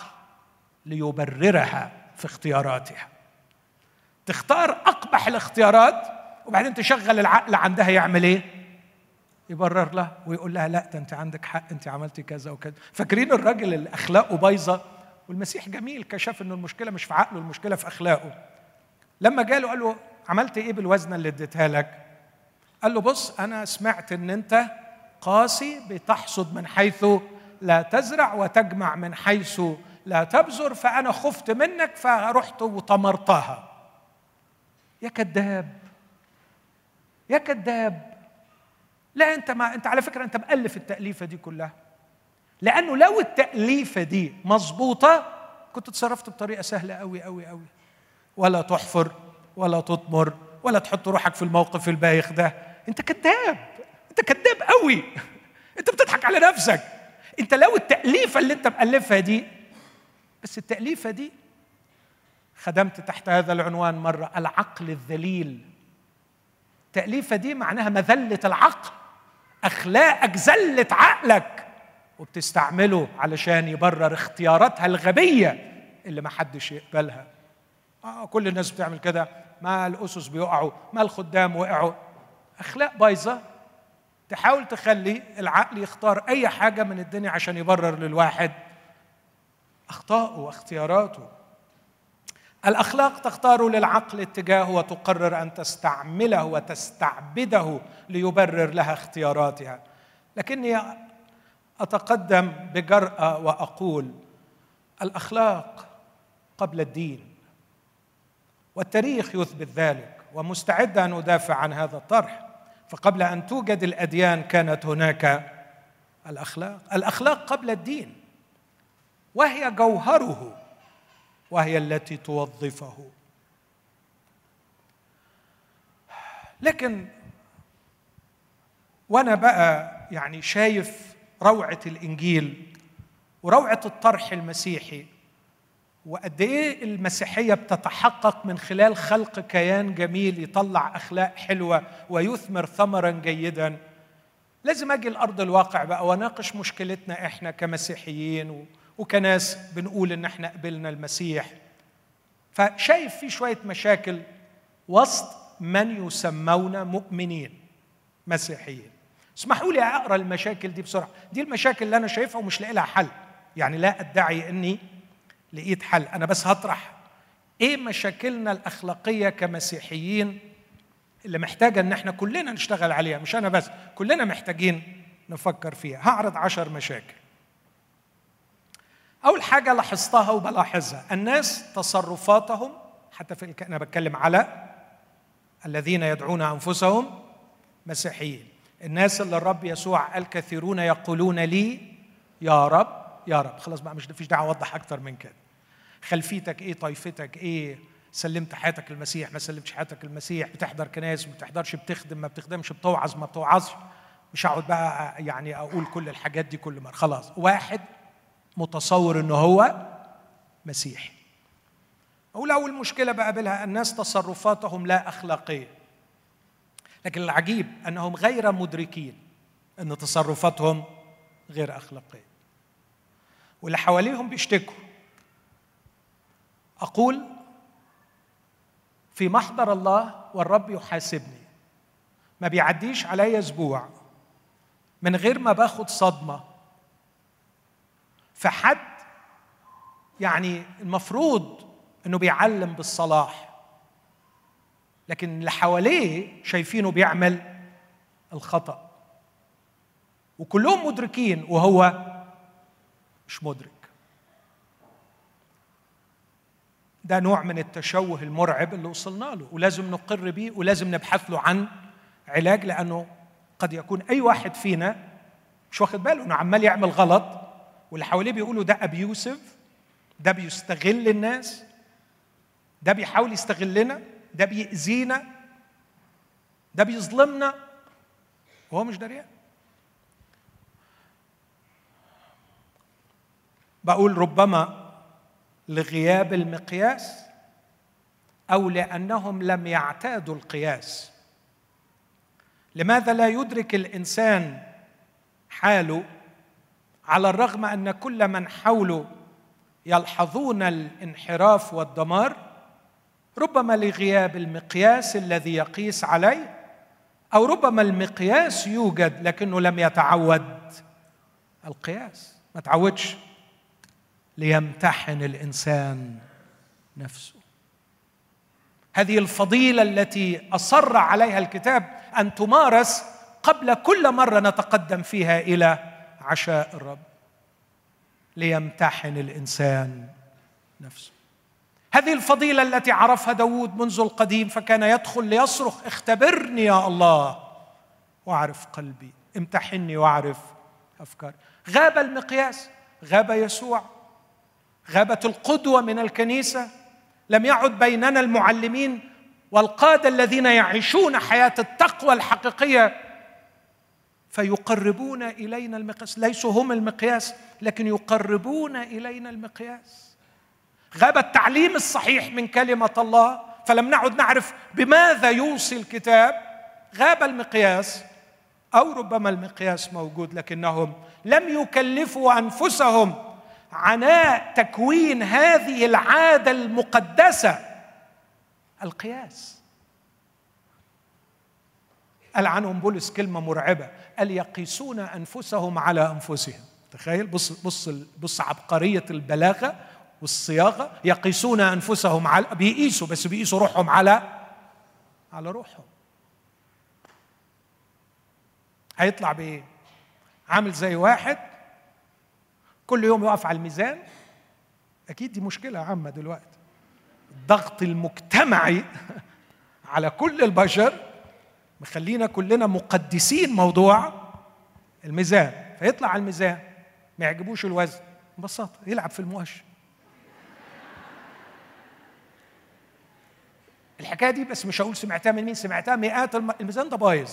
ليبررها في اختياراتها. تختار أقبح الاختيارات وبعدين تشغل العقل عندها يعمل إيه؟ يبرر لها ويقول لها لا ده أنت عندك حق، أنت عملتي كذا وكذا. فاكرين الراجل اللي أخلاقه بايظة والمسيح جميل كشف إنه المشكلة مش في عقله، المشكلة في أخلاقه. لما جاله قال له عملت إيه بالوزنة اللي اديتها لك؟ قال له بص أنا سمعت إن أنت قاسي، بتحصد من حيث لا تزرع وتجمع من حيث لا تبذر، فأنا خفت منك فرحت وطمرتها. يا كذاب يا كذاب. لا أنت على فكرة أنت مألف التأليفة دي كلها، لأنه لو التأليفة دي مظبوطة كنت تصرفت بطريقة سهلة قوي قوي قوي، ولا تحفر ولا تطمر ولا تحط روحك في الموقف البايخ ده. أنت كذاب، أنت كذاب قوي، أنت بتضحك على نفسك. أنت لو التأليفة اللي أنت مألفها دي، بس التأليفة دي خدمت تحت هذا العنوان مرة العقل الذليل. التأليفة دي معناها مذلة العقل، أخلاقك زلت عقلك وبتستعمله علشان يبرر اختياراتها الغبية اللي ما حدش يقبلها. كل الناس بتعمل كده، ما الأسس بيقعوا، ما الخدام وقعوا. أخلاق بايظة تحاول تخلي العقل يختار أي حاجة من الدنيا عشان يبرر للواحد أخطاءه واختياراته. الأخلاق تختار للعقل اتجاه وتقرر أن تستعمله وتستعبده ليبرر لها اختياراتها. لكني أتقدم بجرأة وأقول الأخلاق قبل الدين، والتاريخ يثبت ذلك، ومستعد أن أدافع عن هذا الطرح. فقبل أن توجد الأديان كانت هناك الأخلاق قبل الدين، وهي جوهره وهي التي توظفه. لكن وأنا بقى يعني شايف روعة الإنجيل وروعة الطرح المسيحي، وقد إيه المسيحية بتتحقق من خلال خلق كيان جميل يطلع أخلاق حلوة ويثمر ثمرا جيدا، لازم أجي الأرض الواقع بقى وناقش مشكلتنا إحنا كمسيحيين وكناس بنقول إن إحنا قبلنا المسيح. فشايف في شوية مشاكل وسط من يسمون مؤمنين مسيحيين. اسمحوا لي أقرأ المشاكل دي بسرعة. دي المشاكل اللي أنا شايفها ومش لاقي لها حل، يعني لا أدعي إني لقيت حل، أنا بس هطرح إيه مشاكلنا الأخلاقية كمسيحيين اللي محتاجة إن إحنا كلنا نشتغل عليها، مش أنا بس، كلنا محتاجين نفكر فيها. هعرض 10 مشاكل. أول حاجة لاحظتها وبلاحظها، الناس تصرفاتهم حتى أنا بتكلم على الذين يدعون أنفسهم مسيحيين، الناس اللي الرب يسوع قال كثيرون يقولون لي يا رب يا رب. خلاص بقى مش فيش داعي أوضح أكتر من كده. خلفيتك إيه، طائفتك إيه، سلمت حياتك للمسيح ما سلمتش حياتك للمسيح، بتحضر كنائس ما بتحضرش، بتخدم ما بتخدمش، بتوعظ ما بتوعظش. مش هقعد بقى يعني أقول كل الحاجات دي كل مرة. خلاص، واحد متصور إنه هو مسيحي. أول مشكلة بقابلها، الناس تصرفاتهم لا أخلاقية، لكن العجيب أنهم غير مدركين أن تصرفاتهم غير أخلاقية، واللي حواليهم بيشتكوا. أقول في محضر الله والرب يحاسبني، ما بيعديش علي أسبوع من غير ما باخد صدمة فحد يعني المفروض أنه بيعلم بالصلاح، لكن اللي حواليه شايفينه بيعمل الخطأ، وكلهم مدركين وهو مش مدرك. ده نوع من التشوه المرعب اللي وصلنا له، ولازم نقر بيه ولازم نبحث له عن علاج، لأنه قد يكون أي واحد فينا مش واخد باله أنه عمال يعمل غلط، واللي حواليه بيقولوا ده أبيوسف، ده بيستغل الناس، ده بيحاول يستغلنا، ده بيأذينا، ده بيظلمنا، وهو مش دريان. بقول ربما لغياب المقياس أو لأنهم لم يعتادوا القياس. لماذا لا يدرك الإنسان حاله على الرغم أن كل من حوله يلحظون الانحراف والدمار، ربما لغياب المقياس الذي يقيس عليه، أو ربما المقياس يوجد لكنه لم يتعود القياس، ما تعودش. ليمتحن الإنسان نفسه. هذه الفضيلة التي أصر عليها الكتاب أن تمارس قبل كل مرة نتقدم فيها إلى عشاء الرب. ليمتحن الإنسان نفسه. هذه الفضيلة التي عرفها داود منذ القديم، فكان يدخل ليصرخ: اختبرني يا الله واعرف قلبي، امتحني واعرف أفكاري. غاب المقياس، غاب يسوع، غابت القدوة من الكنيسة، لم يعد بيننا المعلمين والقادة الذين يعيشون حياة التقوى الحقيقية فيقربون إلينا المقياس. ليسوا هم المقياس لكن يقربون إلينا المقياس. غاب التعليم الصحيح من كلمة الله، فلم نعد نعرف بماذا يوصي الكتاب. غاب المقياس، أو ربما المقياس موجود لكنهم لم يكلفوا أنفسهم عناء تكوين هذه العادة المقدسة، القياس. قال عنهم بولس كلمة مرعبة، قال: يقيسون أنفسهم على أنفسهم. تخيل، بص عبقرية البلاغة والصياغة. يقيسون أنفسهم على، بيقيسوا، بس بيقيسوا روحهم على روحهم. هيطلع بإيه؟ عامل زي واحد كل يوم يقف على الميزان. أكيد دي مشكلة عامة دلوقتي، الضغط المجتمعي على كل البشر مخلينا كلنا مقدسين موضوع الميزان. فيطلع على الميزان ما يعجبوش الوزن، ببساطة يلعب في المؤشر. الحكاية دي بس مش هقول سمعتها من مين، سمعتها مئات الميزان ده بايظ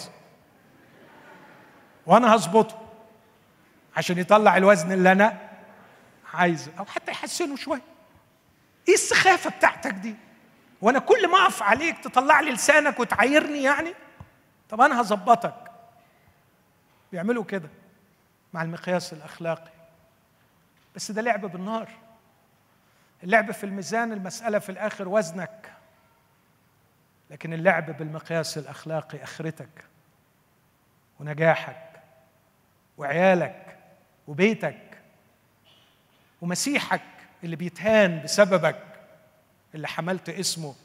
وأنا هظبطه عشان يطلع الوزن اللي أنا عايزه، أو حتى يحسنه شوية. إيه السخافة بتاعتك دي؟ وأنا كل ما أقف عليك تطلع لي لسانك وتعايرني يعني؟ طب أنا هظبطك. بيعملوا كده مع المقياس الأخلاقي، بس ده لعب بالنار. اللعب في الميزان، المسألة في الآخر وزنك، لكن اللعب بالمقياس الأخلاقي آخرتك ونجاحك وعيالك وبيتك ومسيحك اللي بيتهان بسببك، اللي حملت اسمه.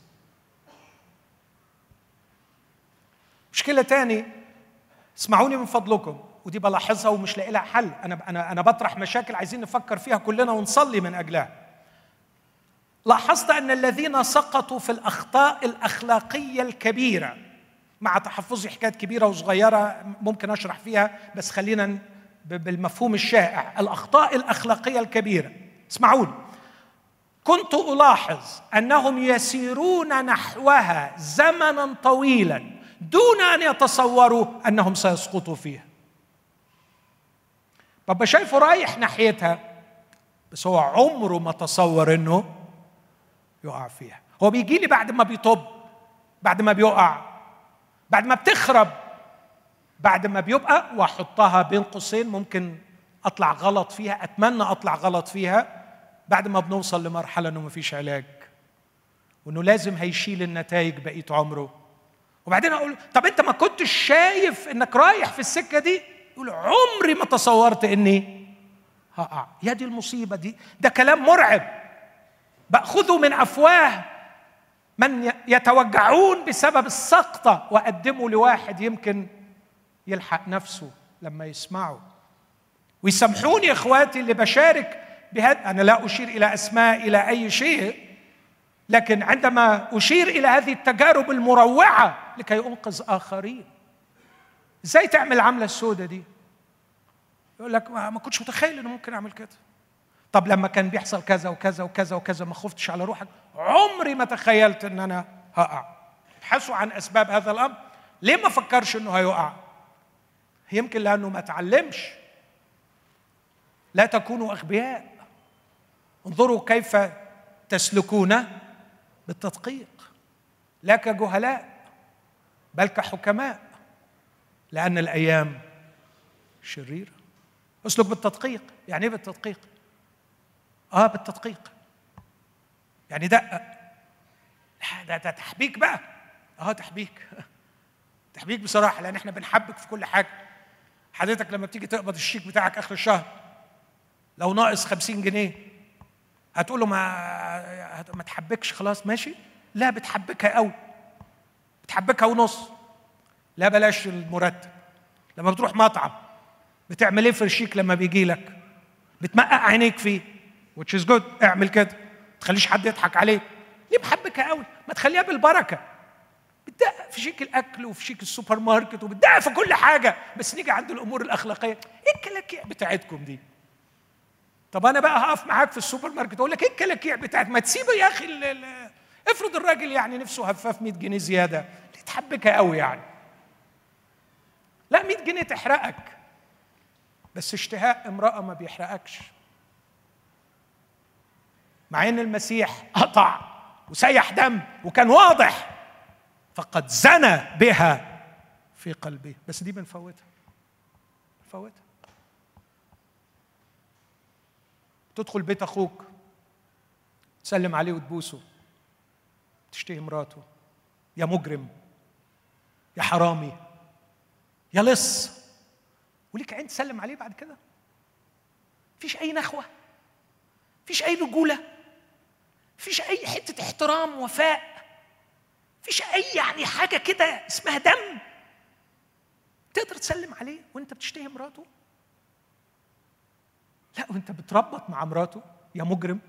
مشكلة تاني، اسمعوني من فضلكم، ودي بلاحظها ومش لاقي لها حل. أنا بطرح مشاكل عايزين نفكر فيها كلنا ونصلي من أجلها. لاحظت أن الذين سقطوا في الأخطاء الأخلاقية الكبيرة، مع تحفظي حكايات كبيرة وصغيرة ممكن أشرح فيها، بس خلينا بالمفهوم الشائع، الأخطاء الأخلاقية الكبيرة. اسمعوني، كنت ألاحظ أنهم يسيرون نحوها زمنا طويلا دون أن يتصوروا أنهم سيسقطوا فيها. بابا شايفه رايح ناحيتها، بس هو عمره ما تصور أنه يقع فيها. هو بيجي لي بعد ما بيطب، بعد ما بيقع، بعد ما بتخرب، بعد ما بيبقى، واحطها بين قوسين ممكن اطلع غلط فيها، اتمنى اطلع غلط فيها، بعد ما بنوصل لمرحله انه مفيش علاج وانه لازم هيشيل النتائج بقيه عمره. وبعدين اقول: طب انت ما كنتش شايف انك رايح في السكه دي؟ يقول: عمري ما تصورت اني هقع. يا دي المصيبه دي، ده كلام مرعب باخذه من افواه من يتوجعون بسبب السقطه، واقدمه لواحد يمكن يلحق نفسه لما يسمعه. ويسامحوني يا اخواتي اللي بشارك بهذا، انا لا اشير الى اسماء الى اي شيء، لكن عندما اشير الى هذه التجارب المروعه لكي انقذ اخرين. ازاي تعمل العمله السوداء دي؟ يقول لك: ما كنتش متخيل انه ممكن اعمل كده. طب لما كان بيحصل كذا وكذا وكذا وكذا ما خفتش على روحك؟ عمري ما تخيلت ان انا هقع. ابحثوا عن اسباب هذا الامر. ليه ما فكرش انه هيقع؟ يمكن لانه ما تعلمش. لا تكونوا اغبياء، انظروا كيف تسلكون بالتدقيق، لا كجهلاء بل كحكماء، لان الايام شريره. اسلك بالتدقيق. يعني ايه بالتدقيق؟ بالتدقيق، يعني دقق. ده تحبيك بقى. تحبيك تحبيك بصراحه، لان احنا بنحبك في كل حاجه. حضرتك لما بتيجي تقبض الشيك بتاعك اخر الشهر، لو ناقص 50 جنيه هتقول له ما تحبكش خلاص ماشي؟ لا، بتحبكها قوي، بتحبكها ونص. لا بلاش المرتب. لما بتروح مطعم بتعمل ايه في الشيك لما بيجي لك؟ بتمقق عينيك فيه، which is good. اعمل كده، ما تخليش حد يضحك عليك. ليه بحبكها قوي؟ ما تخليها بالبركه. بتدقق في شيك الاكل وفي شيك السوبر ماركت وبتدقق في كل حاجه، بس نيجي عند الامور الاخلاقيه، ايه الكلاكيع بتاعتكم دي؟ طب انا بقى هقف معاك في السوبر ماركت اقول لك ايه الكلاكيع بتاعت، ما تسيبه يا اخي. افرض الراجل يعني نفسه هفاف 100 جنيه زياده، ليه تحبكها قوي يعني؟ لا، 100 جنيه تحرقك، بس اشتهاء امراه ما بيحرقكش. مع ان المسيح قطع وسيح دم وكان واضح، فقد زنى بها في قلبه، بس دي بنفوتها. تدخل بيت اخوك تسلم عليه وتبوسه، تشتهي مراته، يا مجرم، يا حرامي، يا لص، وليك عين تسلم عليه بعد كده؟ مفيش اي نخوه، مفيش اي رجوله، مفيش اي حته احترام وفاء، مفيش اي يعني حاجه كده اسمها دم تقدر تسلم عليه وانت بتشتهي مراته؟ لا، وانت بتربط مع مراته يا مجرم،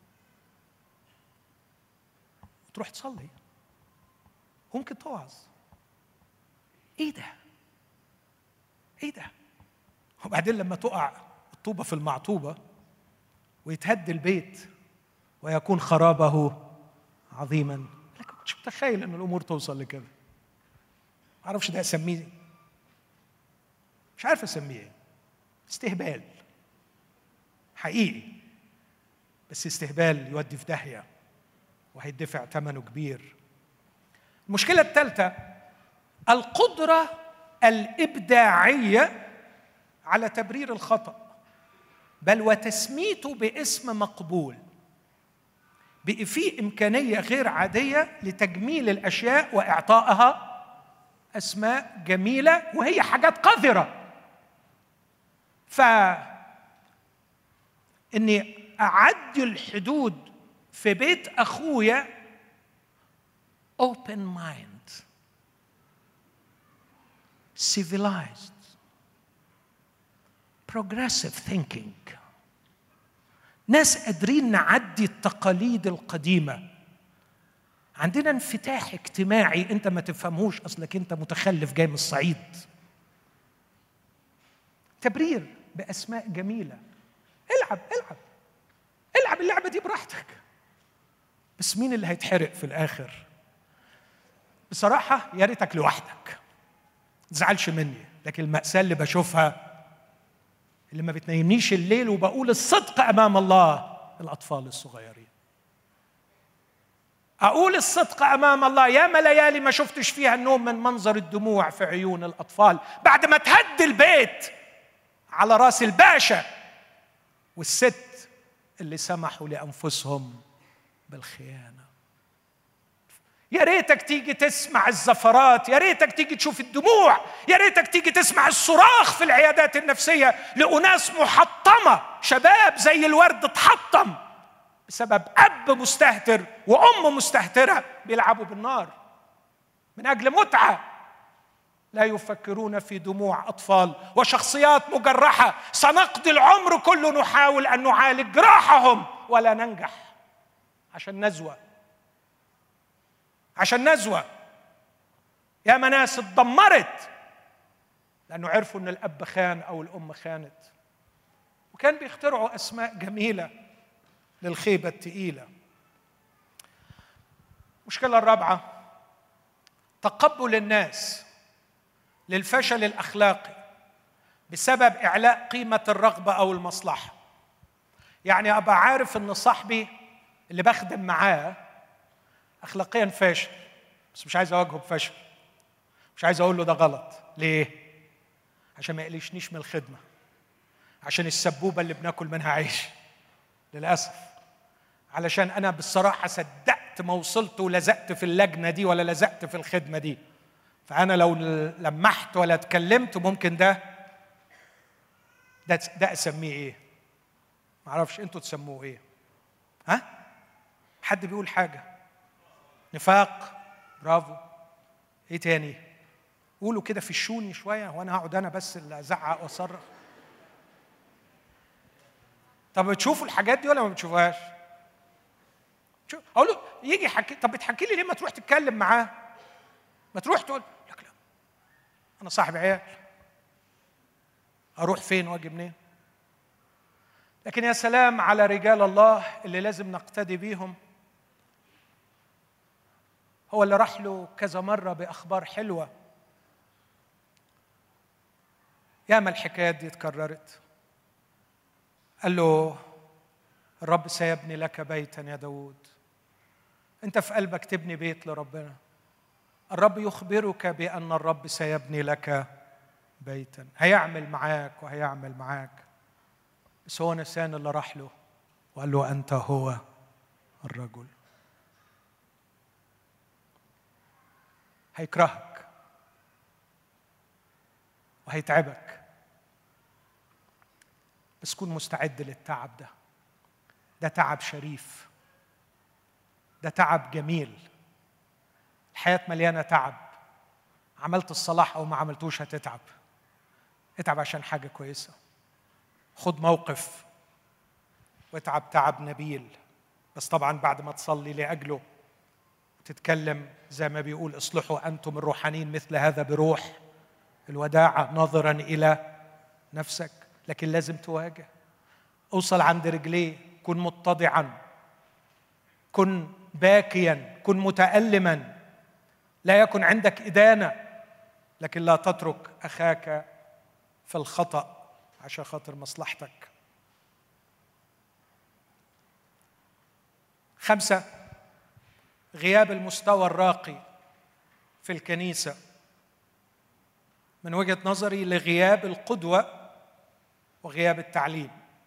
تروح تصلي، ممكن توعظ. ايه ده؟ وبعدين لما تقع الطوبه في المعطوبه ويتهد البيت ويكون خرابه عظيما، انا كنتش متخيل ان الامور توصل لكده. ما اعرفش ده اسميه، مش عارف اسميه ايه. استهبال حقيقي، بس استهبال يودي في داهيه وهيدفع ثمنه كبير. المشكله الثالثه، القدره الابداعيه على تبرير الخطأ، بل وتسميته باسم مقبول. بقي فيه إمكانية غير عادية لتجميل الأشياء وإعطائها أسماء جميلة وهي حاجات قذرة. إني أعدي الحدود في بيت أخويا open mind, civilized, progressive thinking، ناس قادرين نعدي التقاليد القديمة. عندنا انفتاح اجتماعي انت ما تفهموش، اصلك انت متخلف جاي من الصعيد. تبرير بأسماء جميلة. العب اللعبة دي براحتك، بس مين اللي هيتحرق في الآخر؟ بصراحة يا ريتك لوحدك، تزعلش مني، لكن المأساة اللي بشوفها اللي ما بتنيمنيش الليل وبقول الصدق أمام الله، الأطفال الصغيرين. أقول الصدق أمام الله، ياما ليالي ما شفتش فيها النوم من منظر الدموع في عيون الأطفال بعد ما تهد البيت على رأس الباشا والست اللي سمحوا لأنفسهم بالخيانة. يا ريتك تيجي تسمع الزفرات، يا ريتك تيجي تشوف الدموع، يا ريتك تيجي تسمع الصراخ في العيادات النفسية لأناس محطمة، شباب زي الورد اتحطم بسبب أب مستهتر وأم مستهترة بيلعبوا بالنار من أجل متعة. لا يفكرون في دموع أطفال وشخصيات مجرحة سنقضي العمر كله نحاول أن نعالج جراحهم ولا ننجح، عشان نزوة. يا ناس اتدمرت لأنه عرفوا أن الأب خان أو الأم خانت، وكان بيخترعوا أسماء جميلة للخيبة الثقيلة. المشكلة الرابعة، تقبل الناس للفشل الأخلاقي بسبب إعلاء قيمة الرغبة أو المصلحة. يعني أبقى عارف أن صاحبي اللي بخدم معاه أخلاقياً فاشل، بس مش عايز أواجهه بفشل، مش عايز أقول له ده غلط. ليه؟ عشان ما يقلشنيش من الخدمة، عشان السبوبة اللي بناكل منها عيش للأسف. علشان أنا بالصراحة صدقت ما وصلت ولزقت في اللجنة دي ولا لزقت في الخدمة دي، فأنا لو لمحت ولا اتكلمت ممكن ده أسميه إيه؟ معرفش أنتوا تسموه إيه؟ ها؟ حد بيقول حاجة؟ نفاق. برافو. إيه تاني؟ قولوا كده فشوني شوية، وأنا هقعد أنا بس اللي أزعق وأصرخ. طب بتشوفوا الحاجات دي ولا ما بتشوفوهاش؟ اقول له يجي يحكي، طب بتحكي لي ليه؟ ما تروح تتكلم معاه، ما تروح تقول لك لا انا صاحب عيال، اروح فين واجي منين؟ لكن يا سلام على رجال الله اللي لازم نقتدي بيهم. هو اللي راح له كذا مره باخبار حلوه، ياما الحكايات دي اتكررت. قال له الرب سيبني لك بيتا يا داود. انت في قلبك تبني بيت لربنا، الرب يخبرك بأن الرب سيبني لك بيتا، هيعمل معاك وهيعمل معاك. بس هو نسان اللي راح له وقال له أنت هو الرجل. هيكرهك وهيتعبك، بس كن مستعد للتعب ده. ده تعب شريف، ده تعب جميل. الحياة مليانة تعب، عملت الصلاح أو ما عملتوش هتتعب. اتعب عشان حاجة كويسة، خد موقف واتعب تعب نبيل، بس طبعا بعد ما تصلي لأجله وتتكلم زي ما بيقول اصلحوا أنتم الروحانيين مثل هذا بروح الوداعة ناظرا إلى نفسك. لكن لازم تواجه، اوصل عند رجليه، كن متضعا، كن باكيا، كن متألما، لا يكن عندك إدانة، لكن لا تترك أخاك في الخطأ عشان خاطر مصلحتك. 5، غياب المستوى الراقي في الكنيسة من وجهة نظري لغياب القدوة وغياب التعليم.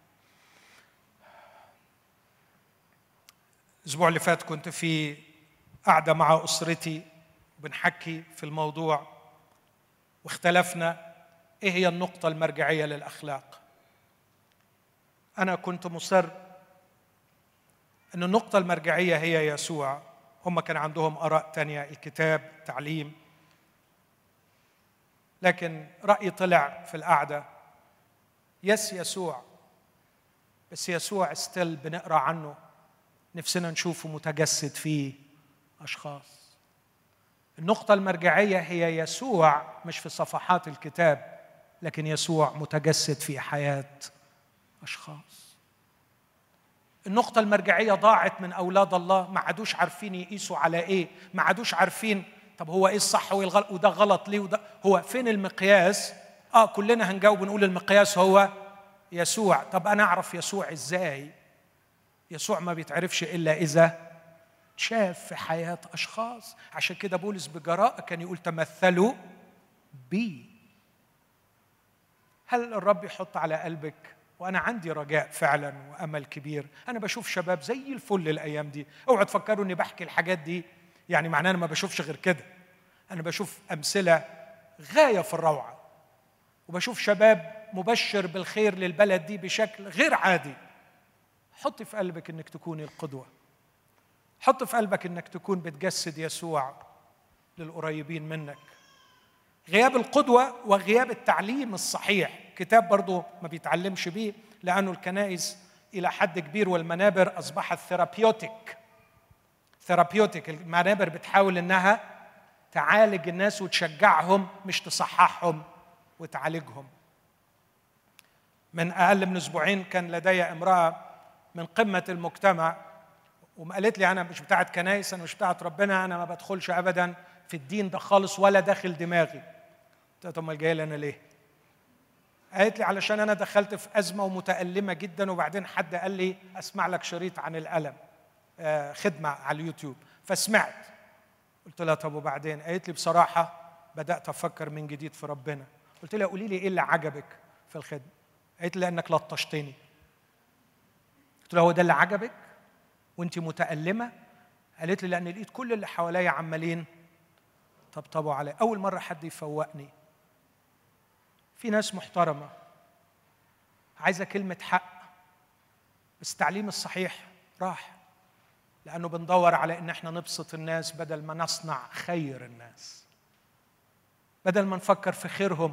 الأسبوع اللي فات كنت في قاعدة مع أسرتي وبنحكي في الموضوع، واختلفنا إيه هي النقطة المرجعية للأخلاق. أنا كنت مصر أن النقطة المرجعية هي يسوع، هم كان عندهم آراء تانية، الكتاب، التعليم. لكن رأيي طلع في القعدة يسوع، بس يسوع استيل بنقرأ عنه، نفسنا نشوفه متجسد فيه أشخاص. النقطة المرجعية هي يسوع، مش في صفحات الكتاب، لكن يسوع متجسد في حياة أشخاص. النقطة المرجعية ضاعت من أولاد الله، ما عادوش عارفين يقيسوا على إيه، ما عادوش عارفين طب هو إيه الصح وإيه الغلط، وده غلط ليه، وده هو فين المقياس. كلنا هنجاوب ونقول المقياس هو يسوع. طب أنا أعرف يسوع إزاي؟ يسوع ما بيتعرفش إلا إذا شاف في حياة أشخاص. عشان كده بولس بجراءة كان يقول تمثلوا بي. هل الرب يحط على قلبك؟ وأنا عندي رجاء فعلا وأمل كبير. أنا بشوف شباب زي الفل الأيام دي، اوعوا تفكروا أني بحكي الحاجات دي يعني معناه أنا ما بشوفش غير كده. أنا بشوف أمثلة غاية في الروعة، وبشوف شباب مبشر بالخير للبلد دي بشكل غير عادي. حط في قلبك أنك تكوني القدوة، حط في قلبك أنك تكون بتجسد يسوع للقريبين منك. غياب القدوة وغياب التعليم الصحيح، كتاب برضو ما بيتعلمش بيه، لأنه الكنائس إلى حد كبير والمنابر أصبحت ثيرابيوتيك. المنابر بتحاول أنها تعالج الناس وتشجعهم، مش تصححهم وتعالجهم. من أقل من أسبوعين كان لدي امرأة من قمة المجتمع وقالت لي أنا مش بتاعت كنائس، أنا مش بتاعت ربنا، أنا ما بدخلش أبدا في الدين ده خالص ولا داخل دماغي. قلت لها طب ما جايه لي أنا ليه؟ قالت لي علشان أنا دخلت في أزمة ومتألمة جدا، وبعدين حد قال لي أسمع لك شريط عن الألم، خدمة على اليوتيوب، فسمعت. قلت لها طب وبعدين؟ قالت لي بصراحة بدأت أفكر من جديد في ربنا. قلت لها قولي لي إيه اللي عجبك في الخدمة؟ قالت لي لأنك لطشتني. قلت له هو ده اللي عجبك وانت متألمة؟ قالت لي لأن لقيت كل اللي حواليا عمالين طبطبوا علي. أول مرة حد يفوقني. في ناس محترمة عايزة كلمة حق، بس التعليم الصحيح راح، لأنه بندور على إن احنا نبسط الناس بدل ما نصنع خير الناس، بدل ما نفكر في خيرهم.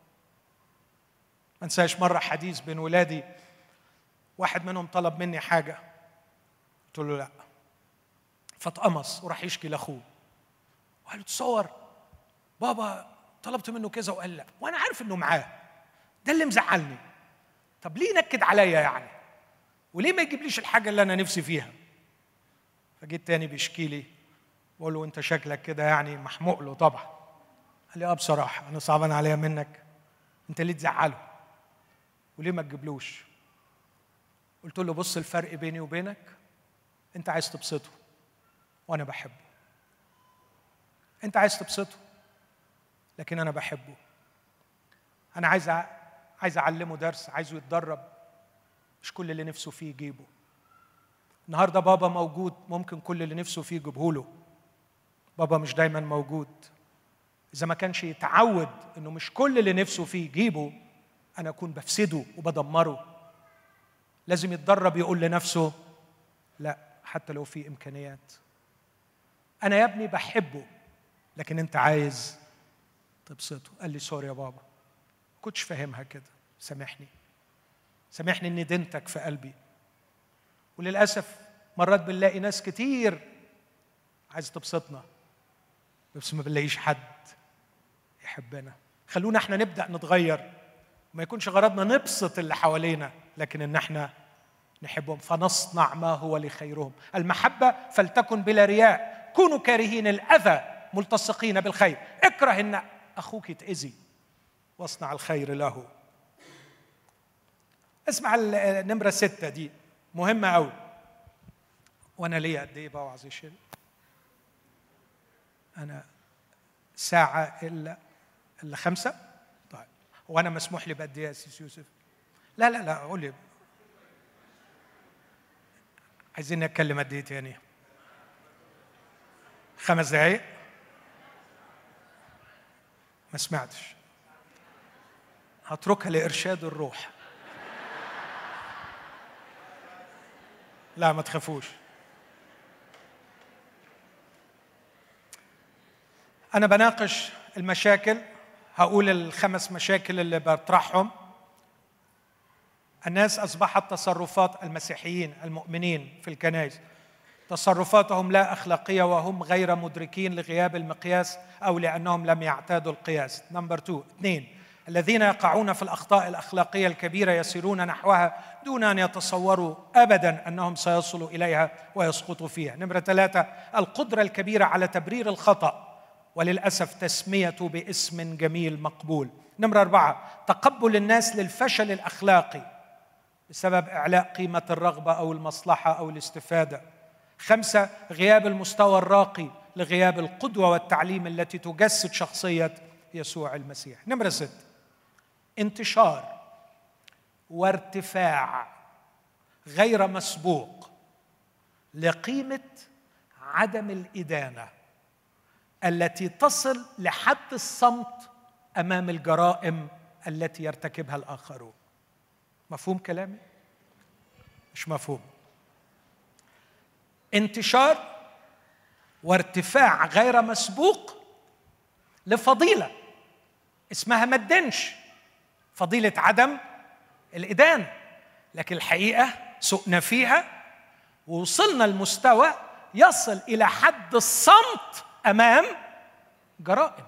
ما انساش مرة حديث بين ولادي، واحد منهم طلب مني حاجة قلت له لا، فاتقمص وراح يشكي لاخوه وقال له تصور بابا طلبت منه كذا وقال لا، وانا عارف انه معاه، ده اللي مزعلني. طب ليه نكد عليا يعني؟ وليه ما يجيبليش الحاجة اللي انا نفسي فيها؟ فجيت تاني بيشكي لي، بقول له انت شكلك كده يعني محموق له طبعا. قال لي بصراحة انا صعبان عليا منك، انت ليه تزعله وليه ما تجيبلوش؟ قلت له بص، الفرق بيني وبينك انت عايز تبسطه وانا بحبه. انت عايز تبسطه لكن انا بحبه. انا عايز اعلمه درس، عايزه يتدرب، مش كل اللي نفسه فيه يجيبه. النهارده بابا موجود، ممكن كل اللي نفسه فيه يجيبه له. بابا مش دايما موجود. اذا ما كانش يتعود انه مش كل اللي نفسه فيه يجيبه، انا اكون بفسده وبدمره. لازم يتدرب يقول لنفسه لا، حتى لو في امكانيات. انا يا ابني بحبه لكن انت عايز تبسطه. قال لي سوري يا بابا، ما كنتش فاهمها كده، سامحني اني دينتك في قلبي. وللاسف مرات بنلاقي ناس كتير عايز تبسطنا بس ما بنلاقيش حد يحبنا. خلونا احنا نبدا نتغير، وما يكونش غرضنا نبسط اللي حوالينا، لكن ان احنا نحبهم فنصنع ما هو لخيرهم. المحبه فلتكن بلا رياء، كونوا كارهين الاذى ملتصقين بالخير. اكره ان اخوك يتاذي واصنع الخير له. اسمع النمره 6 دي مهمه قوي. وانا ليا قد ايه بوعظ يا شيل؟ انا ساعه الا 5. طيب وانا مسموح لي بقد ايه يا سيس يوسف؟ لا قول لي، عايزين نتكلم قد ايه تاني؟ 5 دقايق؟ ما سمعتش. هتركها لإرشاد الروح. لا ما تخافوش. أنا بناقش المشاكل، هقول ال5 مشاكل اللي بطرحهم. الناس أصبحت تصرفات المسيحيين المؤمنين في الكنائس تصرفاتهم لا أخلاقية، وهم غير مدركين لغياب المقياس أو لأنهم لم يعتادوا القياس. نمبر 2، الذين يقعون في الأخطاء الأخلاقية الكبيرة يسيرون نحوها دون أن يتصوروا أبداً أنهم سيصلوا إليها ويسقطوا فيها. نمبر 3، القدرة الكبيرة على تبرير الخطأ، وللأسف تسميته باسم جميل مقبول. نمبر 4، تقبل الناس للفشل الأخلاقي بسبب إعلاء قيمة الرغبة أو المصلحة أو الاستفادة. 5، غياب المستوى الراقي لغياب القدوة والتعليم التي تجسد شخصية يسوع المسيح. نمرة 6، انتشار وارتفاع غير مسبوق لقيمة عدم الإدانة التي تصل لحد الصمت أمام الجرائم التي يرتكبها الآخرون. مفهوم كلامي؟ مش مفهوم. انتشار وارتفاع غير مسبوق لفضيلة اسمها ما تدينش، فضيلة عدم الإدانة، لكن الحقيقة سقنا فيها ووصلنا لمستوى يصل إلى حد الصمت أمام جرائم.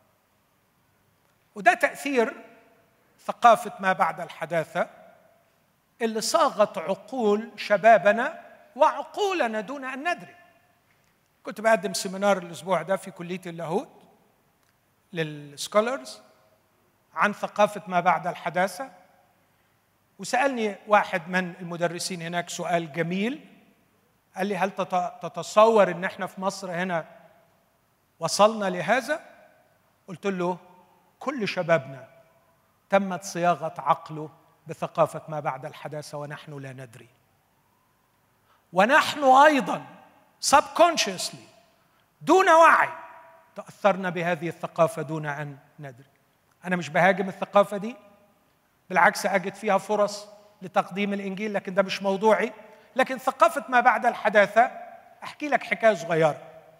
وده تأثير ثقافة ما بعد الحداثة اللي صاغت عقول شبابنا وعقولنا دون أن ندري. كنت بقدم سيمينار الأسبوع ده في كلية اللاهوت للسكولرز عن ثقافة ما بعد الحداثة، وسألني واحد من المدرسين هناك سؤال جميل. قال لي هل تتصور إن احنا في مصر هنا وصلنا لهذا؟ قلت له كل شبابنا تمت صياغة عقله بثقافة ما بعد الحداثة ونحن لا ندري. ونحن أيضا subconsciously دون وعي تأثرنا بهذه الثقافة دون أن ندري. أنا مش بهاجم الثقافة دي، بالعكس أجد فيها فرص لتقديم الإنجيل، لكن ده مش موضوعي. لكن ثقافة ما بعد الحداثة، أحكي لك حكاية صغيرة.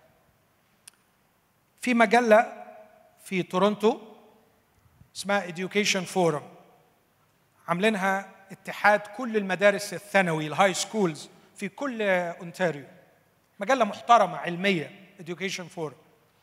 في مجلة في تورونتو اسمها Education Forum، عاملينها اتحاد كل المدارس الثانوي الهاي سكولز في كل أونتاريو، مجلة محترمة علمية Education Forum.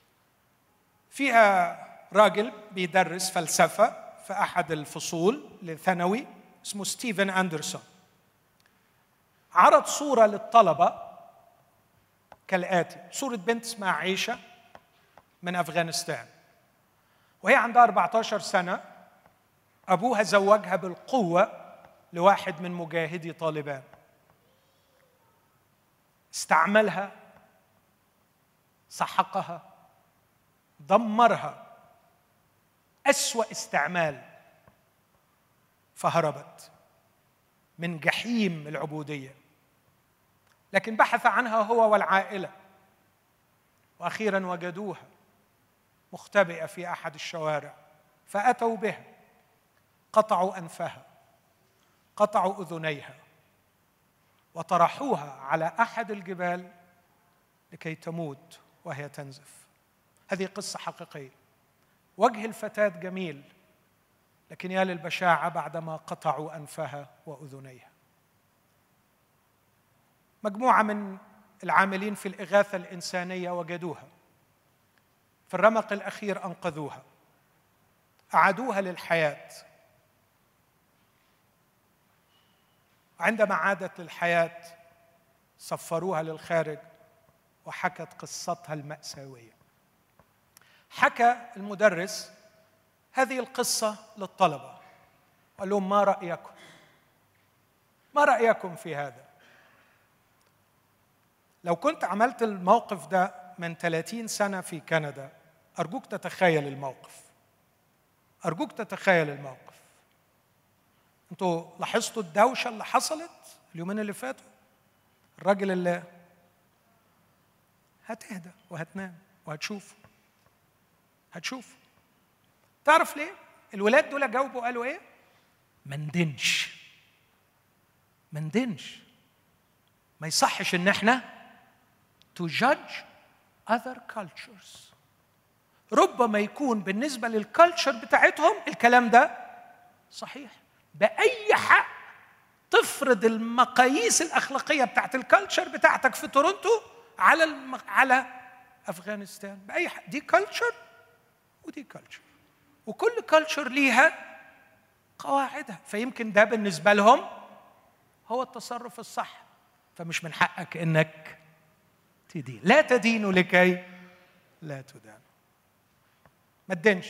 فيها راجل بيدرس فلسفة في أحد الفصول للثانوي اسمه ستيفن أندرسون. عرض صورة للطلبة كالآتي: صورة بنت اسمها عيشة من أفغانستان، وهي عندها 14 سنة. أبوها زوجها بالقوة لواحد من مجاهدي طالبان، استعملها، سحقها، دمرها أسوأ استعمال، فهربت من جحيم العبودية. لكن بحث عنها هو والعائلة، وأخيراً وجدوها مختبئة في أحد الشوارع، فأتوا بها، قطعوا أنفها، قطعوا أذنيها، وطرحوها على أحد الجبال لكي تموت وهي تنزف. هذه قصة حقيقية. وجه الفتاة جميل، لكن يا للبشاعة بعدما قطعوا أنفها وأذنيها. مجموعة من العاملين في الإغاثة الإنسانية وجدوها، في الرمق الأخير أنقذوها، أعادوها للحياة. عندما عادت للحياة سفروها للخارج وحكت قصتها المأساوية. حكى المدرس هذه القصة للطلبة، قال لهم: ما رأيكم؟ ما رأيكم في هذا؟ لو كنت عملت الموقف ده من 30 سنة في كندا، أرجوك تتخيل الموقف، أرجوك تتخيل الموقف. أنتوا لاحظتوا الدوشة اللي حصلت اليومين اللي فاتوا؟ الراجل اللي هتهدى وهتنام وهتشوف، هتشوف. تعرف ليه؟ الولاد دول جاوبوا قالوا إيه؟ ما ندنش، ما ندنش. ما يصحش إن إحنا to judge other cultures. ربما يكون بالنسبة للكالتشر بتاعتهم الكلام ده صحيح، بأي حق تفرض المقاييس الأخلاقية بتاعت الكالتشر بتاعتك في تورونتو على أفغانستان، بأي حق. دي كالتشر ودي كالتشر، وكل كالتشر ليها قواعدها، فيمكن ده بالنسبة لهم هو التصرف الصح. فمش من حقك إنك تدين. لا تدينوا لكي لا تدانوا. ما تدينش.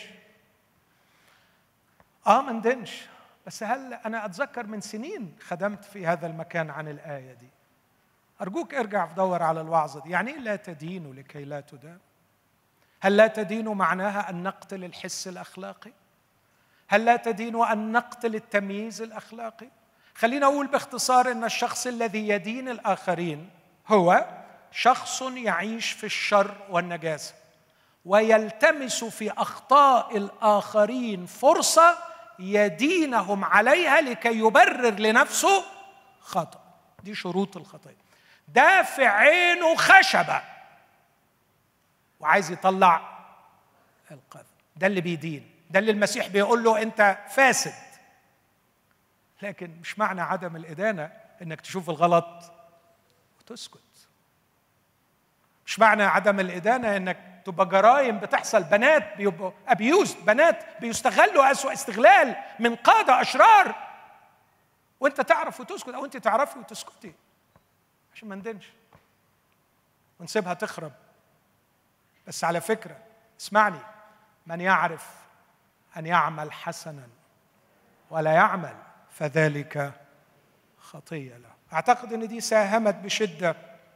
ما ندينش. بس هل أنا أتذكر من سنين خدمت في هذا المكان عن الآية دي. أرجوك ارجع دور على الوعظة دي. يعني لا تدينوا لكي لا تدانوا. هل لا تدينوا معناها أن نقتل الحس الأخلاقي؟ هل لا تدينوا أن نقتل التمييز الأخلاقي؟ خلينا أقول باختصار أن الشخص الذي يدين الآخرين هو شخص يعيش في الشر والنجاسة، ويلتمس في أخطاء الآخرين فرصة يدينهم عليها لكي يبرر لنفسه خطأ. دي شروط الخطيئة. ده في عينه خشبة وعايز يطلع القذى. ده اللي بيدين، ده اللي المسيح بيقول له أنت فاسد. لكن مش معنى عدم الإدانة إنك تشوف الغلط وتسكت. مش معنى عدم الإدانة إنك تبقى جرائم بتحصل، بنات بيبقوا أبيوزد، بنات بيستغلوا أسوأ استغلال من قادة أشرار، وأنت تعرف وتسكت، أو أنت تعرفي وتسكتي، عشان ما ندنش ونسيبها تخرب. بس على فكرة اسمعني، من يعرف أن يعمل حسنا ولا يعمل فذلك خطية له. أعتقد أن دي ساهمت بشدة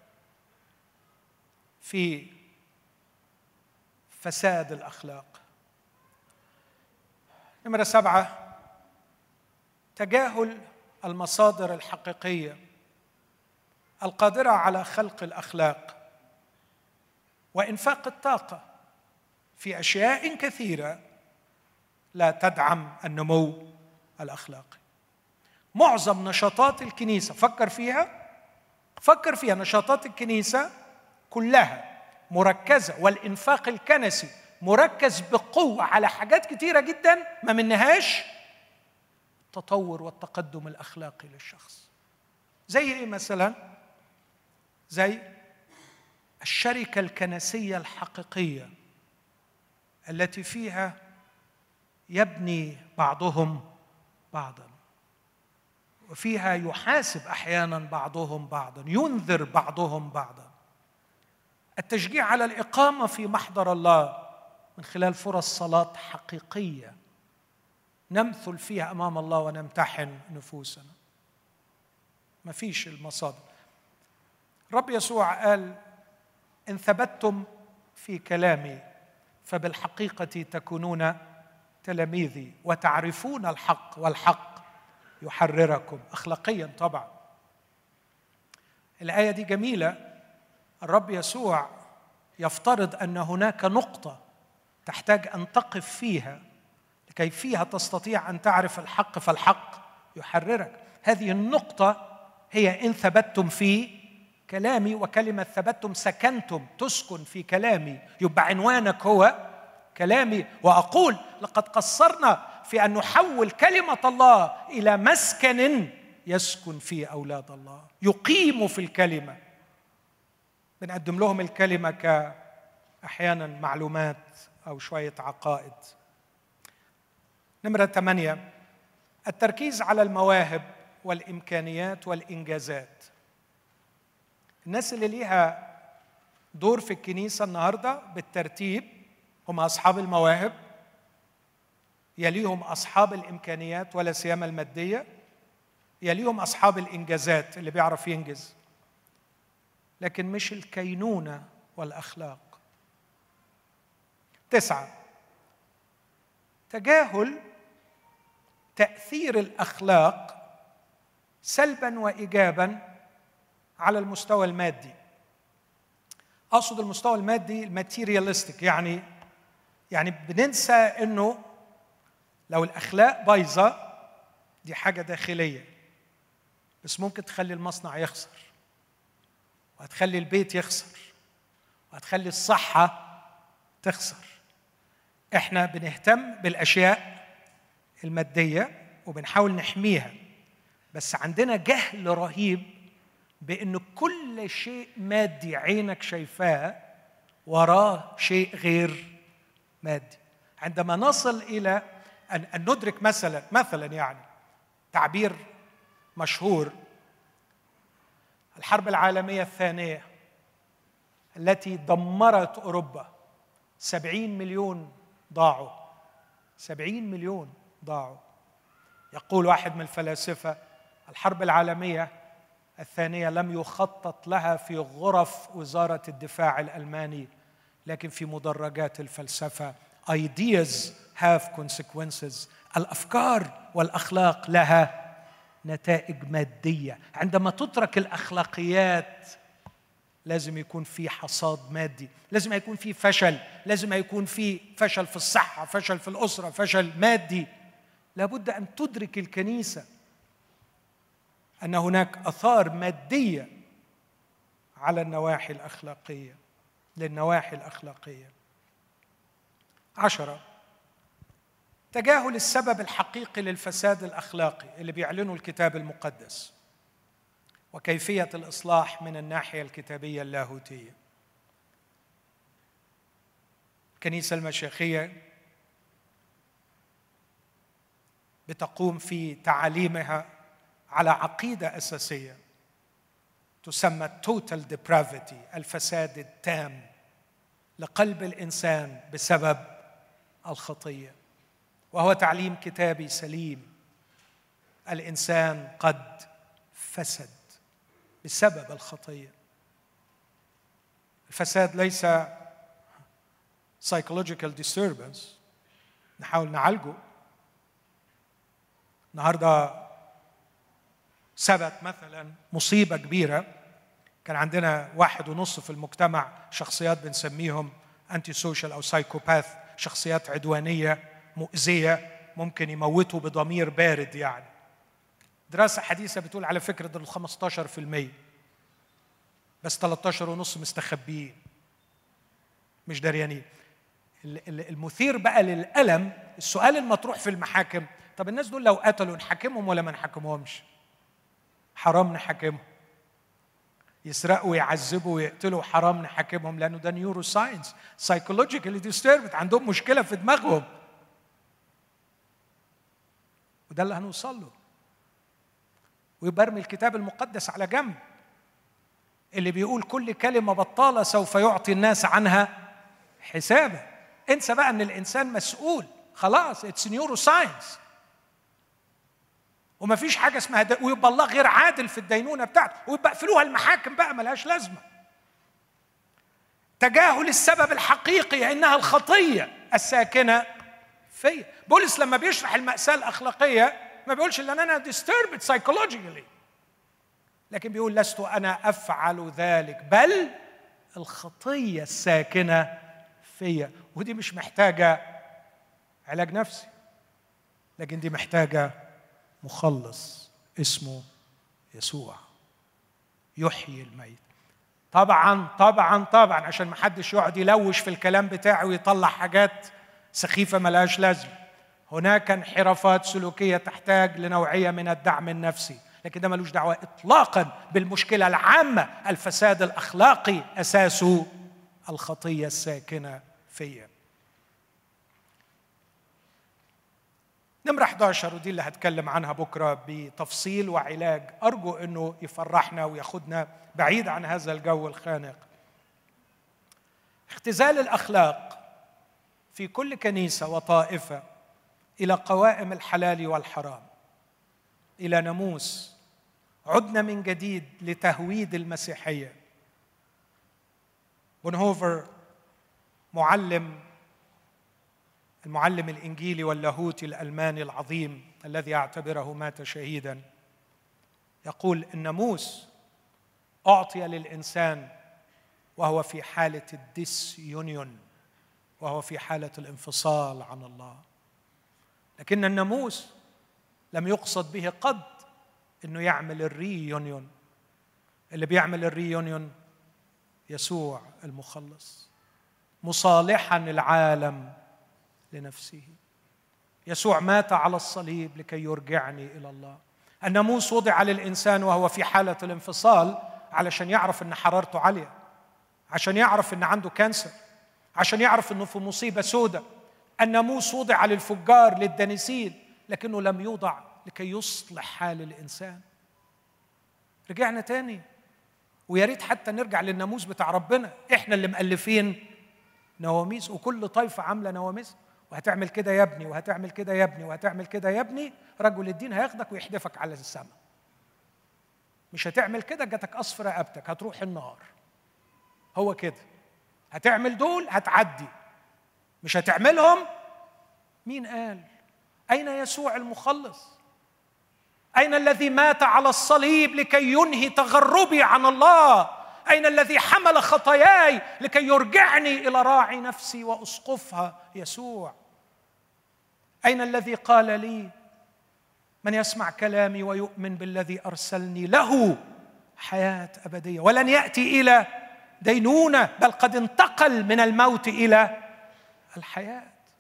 في فساد الأخلاق. نمرة 7، تجاهل المصادر الحقيقية القادرة على خلق الأخلاق وإنفاق الطاقة في أشياء كثيرة لا تدعم النمو الأخلاقي. معظم نشاطات الكنيسة، فكر فيها، نشاطات الكنيسة كلها مركزة، والإنفاق الكنسي مركز بقوة على حاجات كتيرة جدا، ما منهاش التطور والتقدم الأخلاقي للشخص. زي إيه مثلا؟ زي الشركة الكنسية الحقيقية التي فيها يبني بعضهم بعضا، وفيها يحاسب أحيانا بعضهم بعضا، ينذر بعضهم بعضا. التشجيع على الإقامة في محضر الله من خلال فرص صلاة حقيقية نمثل فيها أمام الله ونمتحن نفوسنا. ما فيش المصادر. الرب يسوع قال: إن ثبتتم في كلامي فبالحقيقة تكونون تلاميذي وتعرفون الحق والحق يحرركم. أخلاقيا طبعا الآية دي جميلة. الرب يسوع يفترض أن هناك نقطة تحتاج أن تقف فيها لكي فيها تستطيع أن تعرف الحق فالحق يحررك. هذه النقطة هي إن ثبتتم في كلامي، وكلمة ثبتتم سكنتم، تسكن في كلامي، يبقى عنوانك هو كلامي. وأقول لقد قصرنا في أن نحول كلمة الله إلى مسكن يسكن فيه أولاد الله، يقيموا في الكلمة. بنقدم لهم الكلمة كأحيانا معلومات أو شوية عقائد. نمرة 8، التركيز على المواهب والإمكانيات والإنجازات. الناس اللي ليها دور في الكنيسة النهاردة بالترتيب هم أصحاب المواهب، يليهم أصحاب الإمكانيات ولا سيما المادية، يليهم أصحاب الإنجازات اللي بيعرف ينجز، لكن مش الكينونة والأخلاق. 9، تجاهل تأثير الأخلاق سلباً وإيجاباً على المستوى المادي. أقصد المستوى المادي الماتيرياليستيك، يعني بننسى إنه لو الأخلاق بايظة دي حاجة داخلية، بس ممكن تخلي المصنع يخسر، وهتخلي البيت يخسر، وهتخلي الصحة تخسر. إحنا بنهتم بالأشياء المادية وبنحاول نحميها، بس عندنا جهل رهيب بأن كل شيء مادي عينك شايفاه وراه شيء غير مادي. عندما نصل إلى أن ندرك مثلا يعني تعبير مشهور، الحرب العالمية الثانية التي دمرت أوروبا، 70 مليون ضاعوا، 70 مليون ضاعوا. يقول واحد من الفلاسفة: الحرب العالمية الثانية لم يخطط لها في غرف وزارة الدفاع الألماني، لكن في مدرجات الفلسفة. Ideas have consequences. الأفكار والأخلاق لها نتائج مادية. عندما تترك الأخلاقيات لازم يكون في حصاد مادي، لازم يكون في فشل، لازم يكون في فشل في الصحة، فشل في الأسرة، فشل مادي. لابد أن تدرك الكنيسة أن هناك آثار مادية على النواحي الأخلاقية، للنواحي الأخلاقية. 10، تجاهل السبب الحقيقي للفساد الأخلاقي اللي بيعلنه الكتاب المقدس وكيفية الإصلاح من الناحية الكتابية اللاهوتية. الكنيسة المشيخية بتقوم في تعاليمها على عقيدة أساسية تسمى total depravity، الفساد التام لقلب الإنسان بسبب الخطية، وهو تعليم كتابي سليم. الإنسان قد فسد بسبب الخطية. الفساد ليس psychological disturbance نحاول نعالجه. النهارده ثبت مثلا مصيبة كبيرة، كان عندنا 1.5 في المجتمع شخصيات بنسميهم أنتي سوشيال أو سايكوباث، شخصيات عدوانية مؤذية ممكن يموتوا بضمير بارد. يعني دراسة حديثة بتقول على فكرة ده 15%، بس 13.5 مستخبيين مش دريانين. المثير بقى للألم السؤال المطروح في المحاكم، طب الناس دول لو قتلوا نحاكمهم ولا ما نحاكمهمش؟ حرام نحاكمهم. يسرقوا ويعذبوا ويقتلوا حرام نحاكمهم، لأنه ده نيورو ساينس، سايكولوجيكالي ديستربد، عندهم مشكلة في دماغهم، وده اللي هنوصل له. ويبرمي الكتاب المقدس على جنب اللي بيقول كل كلمة بطالة سوف يعطي الناس عنها حسابا. انسى بقى ان الانسان مسؤول، خلاص اتس نيورو ساينس، وما فيش حاجة اسمها ويبقى الله غير عادل في الدينونة بتاعته، ويبقى قفلوها المحاكم بقى ملهاش لازمة. تجاهل السبب الحقيقي انها الخطية الساكنة فيا. بولس لما بيشرح المأساة الأخلاقية ما بيقولش ان انا disturbed psychologically، لكن بيقول لست انا افعل ذلك بل الخطية الساكنة فيا. ودي مش محتاجة علاج نفسي، لكن دي محتاجة مخلص اسمه يسوع يحيي الميت. طبعا طبعا طبعا عشان ما حدش يقعد يلوش في الكلام بتاعه ويطلع حاجات سخيفة ملهاش لازمة، هناك انحرافات سلوكية تحتاج لنوعية من الدعم النفسي، لكن ده ملوش دعوة إطلاقا بالمشكلة العامة، الفساد الأخلاقي أساسه الخطية الساكنة فيا. نمرة 11، ودي اللي هتكلم عنها بكرة بتفصيل وعلاج أرجو أنه يفرحنا وياخدنا بعيد عن هذا الجو الخانق. اختزال الأخلاق في كل كنيسة وطائفة إلى قوائم الحلال والحرام، إلى ناموس. عدنا من جديد لتهويد المسيحية. بونهوفر المعلم الإنجيلي واللاهوتي الألماني العظيم الذي أعتبره مات شهيدا، يقول الناموس أعطي للإنسان وهو في حالة الديسيونيون، وهو في حالة الانفصال عن الله، لكن الناموس لم يقصد به قط إنه يعمل الريونيون. اللي بيعمل الريونيون يسوع المخلص، مصالحا العالم لنفسه. يسوع مات على الصليب لكي يرجعني إلى الله. الناموس وضع للإنسان وهو في حالة الانفصال علشان يعرف إن حرارته عالية، عشان يعرف إن عنده كانسر، عشان يعرف إنه في مصيبة سودة. الناموس وضع للفجار للدنيسين، لكنه لم يوضع لكي يصلح حال الإنسان. رجعنا تاني، ويا ريت حتى نرجع للناموس بتاع ربنا. إحنا اللي مؤلفين نواميس، وكل طائفة عاملة نواميس، وهتعمل كده يا ابني، وهتعمل كده يا ابني، وهتعمل كده يا ابني. رجل الدين هياخدك ويحدفك على السماء. مش هتعمل كده جاتك قصف رقبتك، هتروح النار. هو كده، هتعمل دول هتعدي، مش هتعملهم. مين قال؟ أين يسوع المخلص؟ أين الذي مات على الصليب لكي ينهي تغربي عن الله؟ أين الذي حمل خطاياي لكي يرجعني إلى راعي نفسي وأسقفها؟ يسوع. أين الذي قال لي من يسمع كلامي ويؤمن بالذي أرسلني له حياة أبدية ولن يأتي إلى دينونة، بل قد انتقل من الموت إلى الحياة؟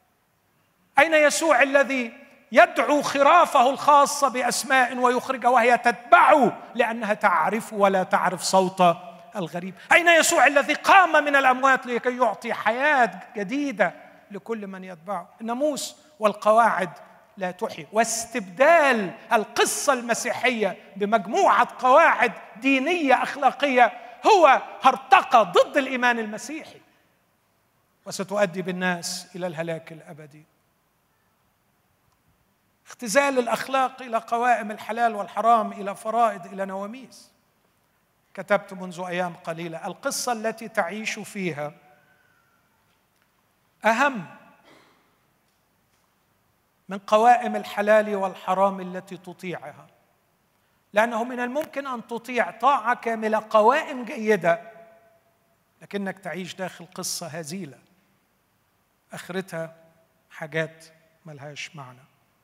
أين يسوع الذي يدعو خرافه الخاصة بأسماء ويخرجها وهي تتبعه لأنها تعرف ولا تعرف صوت الغريب؟ أين يسوع الذي قام من الأموات لكي يعطي حياة جديدة لكل من يتبعه؟ الناموس والقواعد لا تحيي، واستبدال القصة المسيحية بمجموعة قواعد دينية أخلاقية هو هرطقة ضد الإيمان المسيحي، وستؤدي بالناس إلى الهلاك الأبدي. اختزال الأخلاق إلى قوائم الحلال والحرام، إلى فرائض، إلى نواميس. كتبت منذ أيام قليلة القصة التي تعيش فيها أهم من قوائم الحلال والحرام التي تطيعها، لأنه من الممكن أن تطيع طاعة كاملة قوائم جيدة، لكنك تعيش داخل قصة هزيلة آخرتها حاجات ملهاش معنى.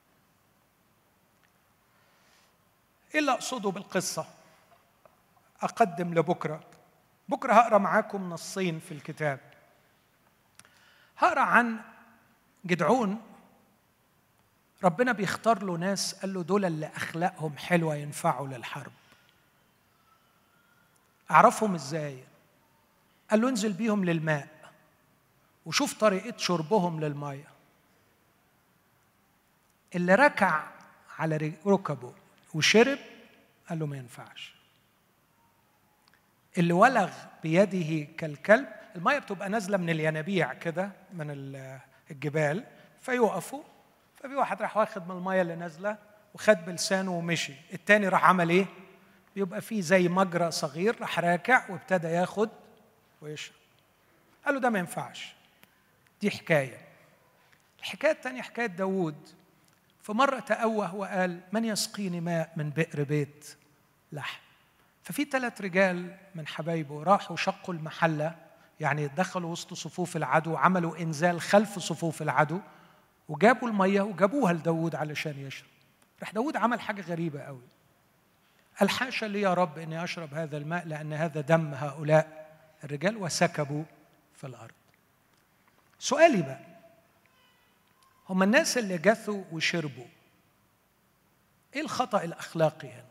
إيه اللي أقصده بالقصة؟ أقدم لبكرة. بكرة هقرأ معاكم نصين في الكتاب. هقرأ عن جدعون، ربنا بيختار له ناس قال له دول اللي أخلاقهم حلوة ينفعوا للحرب. أعرفهم إزاي؟ قال له انزل بيهم للماء وشوف طريقة شربهم للمية. اللي ركع على ركبه وشرب قال له ما ينفعش. اللي ولغ بيده كالكلب، المية بتبقى نازلة من الينابيع كده من الجبال فيوقفوا، ففي واحد راح واخد من المية اللي نازلة وخد بلسانه ومشي، التاني راح عمل ايه؟ بيبقى فيه زي مجرى صغير، راح راكع وابتدى ياخد ويشرب. قال له ده ما ينفعش. دي حكاية. الحكاية التانية حكاية داود. فمرة تأوه وقال من يسقيني ماء من بئر بيت لحم. ففي 3 رجال من حبايبه راحوا شقوا المحلة، يعني دخلوا وسط صفوف العدو، عملوا إنزال خلف صفوف العدو وجابوا المية وجابوها لداود علشان يشرب. راح داود عمل حاجة غريبة قوي، قال حاشا لي يا رب إني أشرب هذا الماء لأن هذا دم هؤلاء الرجال، وسكبوا في الأرض. سؤالي بقى، هم الناس اللي جثوا وشربوا إيه الخطأ الأخلاقي هنا؟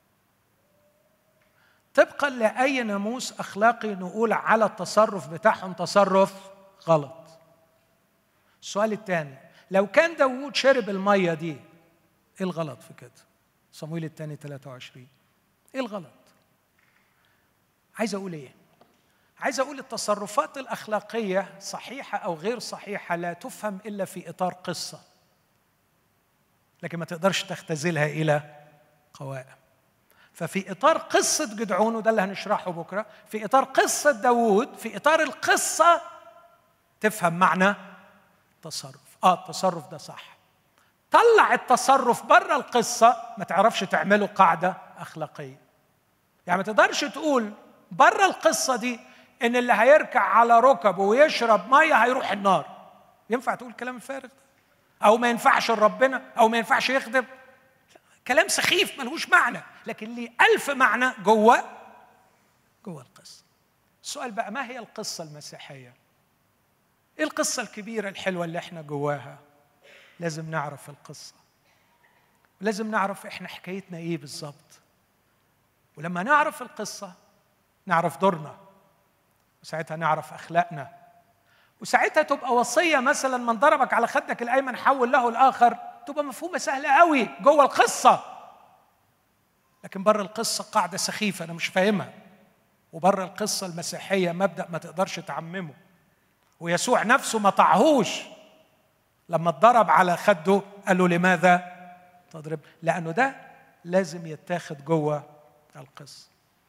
طبقا لأي ناموس أخلاقي نقول على التصرف بتاعهم تصرف غلط. السؤال الثاني، لو كان داود شرب المية دي إيه الغلط في كده؟ صمويل الثاني 23. إيه الغلط؟ عايز أقول إيه؟ عايز أقول التصرفات الأخلاقية صحيحة أو غير صحيحة لا تفهم إلا في إطار قصة، لكن ما تقدرش تختزلها إلى قوائم. ففي إطار قصة جدعون، وده اللي هنشرحه بكرة، في إطار قصة داود، في إطار القصة تفهم معنى التصرف. التصرف ده صح. طلع التصرف بره القصة ما تعرفش تعمله قاعدة أخلاقية. يعني ما تقدرش تقول بره القصة دي إن اللي هيركع على ركبه ويشرب مية هيروح النار. ينفع تقول كلام الفارغ ده؟ أو ما ينفعش لربنا، أو ما ينفعش يخدم. كلام سخيف ملهوش معنى، لكن ليه 1000 معنى جوه القصة. السؤال بقى، ما هي القصة المسيحية؟ إيه القصة الكبيرة الحلوة اللي إحنا جواها؟ لازم نعرف القصة، ولازم نعرف إحنا حكايتنا إيه بالظبط. ولما نعرف القصة نعرف دورنا، وساعتها نعرف أخلاقنا، وساعتها تبقى وصية مثلا من ضربك على خدك الأيمن حول له الآخر تبقى مفهومة سهلة قوي جوه القصة. لكن بره القصة قاعدة سخيفة أنا مش فاهمها، وبره القصة المسيحية مبدأ ما تقدرش تعممه. ويسوع نفسه ما طعهوش لما اتضرب على خده، قال له لماذا تضرب؟ لأنه ده لازم يتاخد جوه القصة.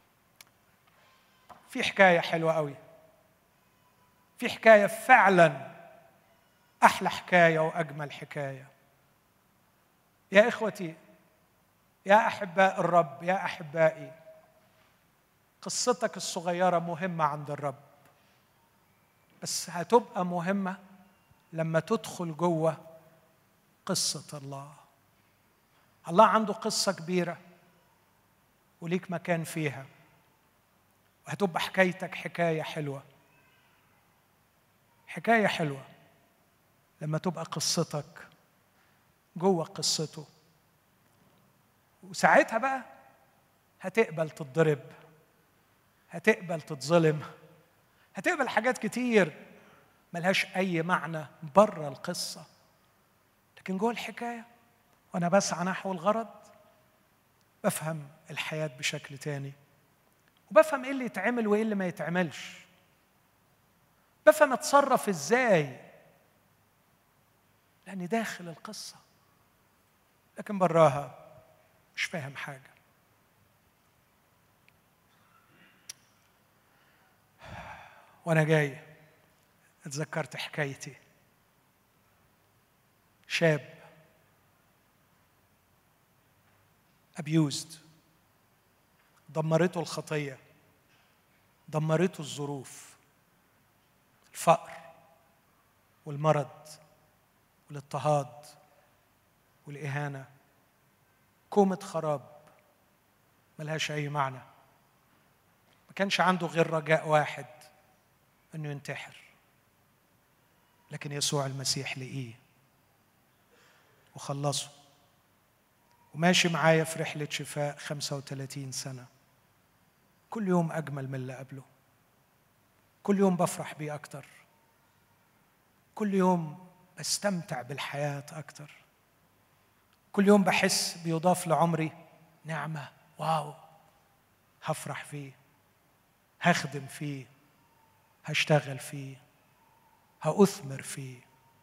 في حكاية حلوة قوي، في حكاية فعلا أحلى حكاية وأجمل حكاية. يا إخوتي، يا أحباء الرب، يا أحبائي، قصتك الصغيرة مهمة عند الرب، بس هتبقى مهمة لما تدخل جوه قصة الله. الله عنده قصة كبيرة وليك مكان فيها، وهتبقى حكايتك حكاية حلوة، حكاية حلوة لما تبقى قصتك جوه قصته. وساعتها بقى هتقبل تتضرب، هتقبل تتظلم، هتقبل حاجات كتير ملهاش أي معنى بره القصة، لكن جوه الحكاية وأنا بسعى نحو الغرض بفهم الحياة بشكل تاني، وبفهم إيه اللي يتعمل وإيه اللي ما يتعملش، بفهم أتصرف إزاي لأني داخل القصة، لكن براها مش فاهم حاجة. وأنا جاي اتذكرت حكايتي. شاب abused دمرته الخطية، دمرته الظروف، الفقر والمرض والاضطهاد والإهانة، كومة خراب ملهاش أي معنى. ما كانش عنده غير رجاء واحد، إنه ينتحر، لكن يسوع المسيح لقيه وخلصه، وماشي معايا في رحلة شفاء 35 سنة. كل يوم أجمل من اللي قبله، كل يوم بفرح بيه أكتر، كل يوم بستمتع بالحياة أكتر، كل يوم بحس بيضاف لعمري نعمة. واو، هفرح فيه، هخدم فيه، هشتغل فيه، هأثمر فيه.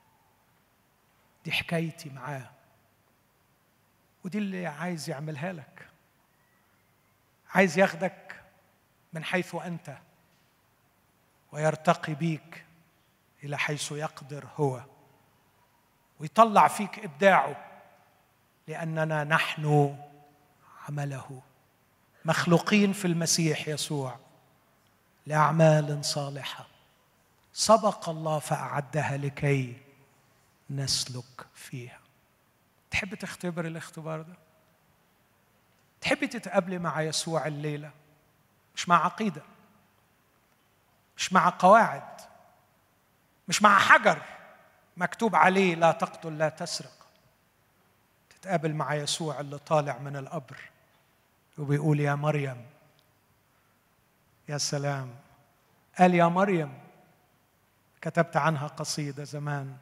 دي حكايتي معاه، ودي اللي عايز يعملها لك. عايز ياخدك من حيث أنت ويرتقي بيك إلى حيث يقدر هو، ويطلع فيك إبداعه، لأننا نحن عمله مخلوقين في المسيح يسوع لأعمال صالحة سبق الله فأعدها لكي نسلك فيها. تحب تختبر الاختبار ده؟ تحبي تتقابلي مع يسوع الليلة، مش مع عقيدة، مش مع قواعد، مش مع حجر مكتوب عليه لا تقتل لا تسرق. تتقابل مع يسوع اللي طالع من القبر وبيقول يا مريم. يا سلام، قال يا مريم، كتبت عنها قصيدة زمان،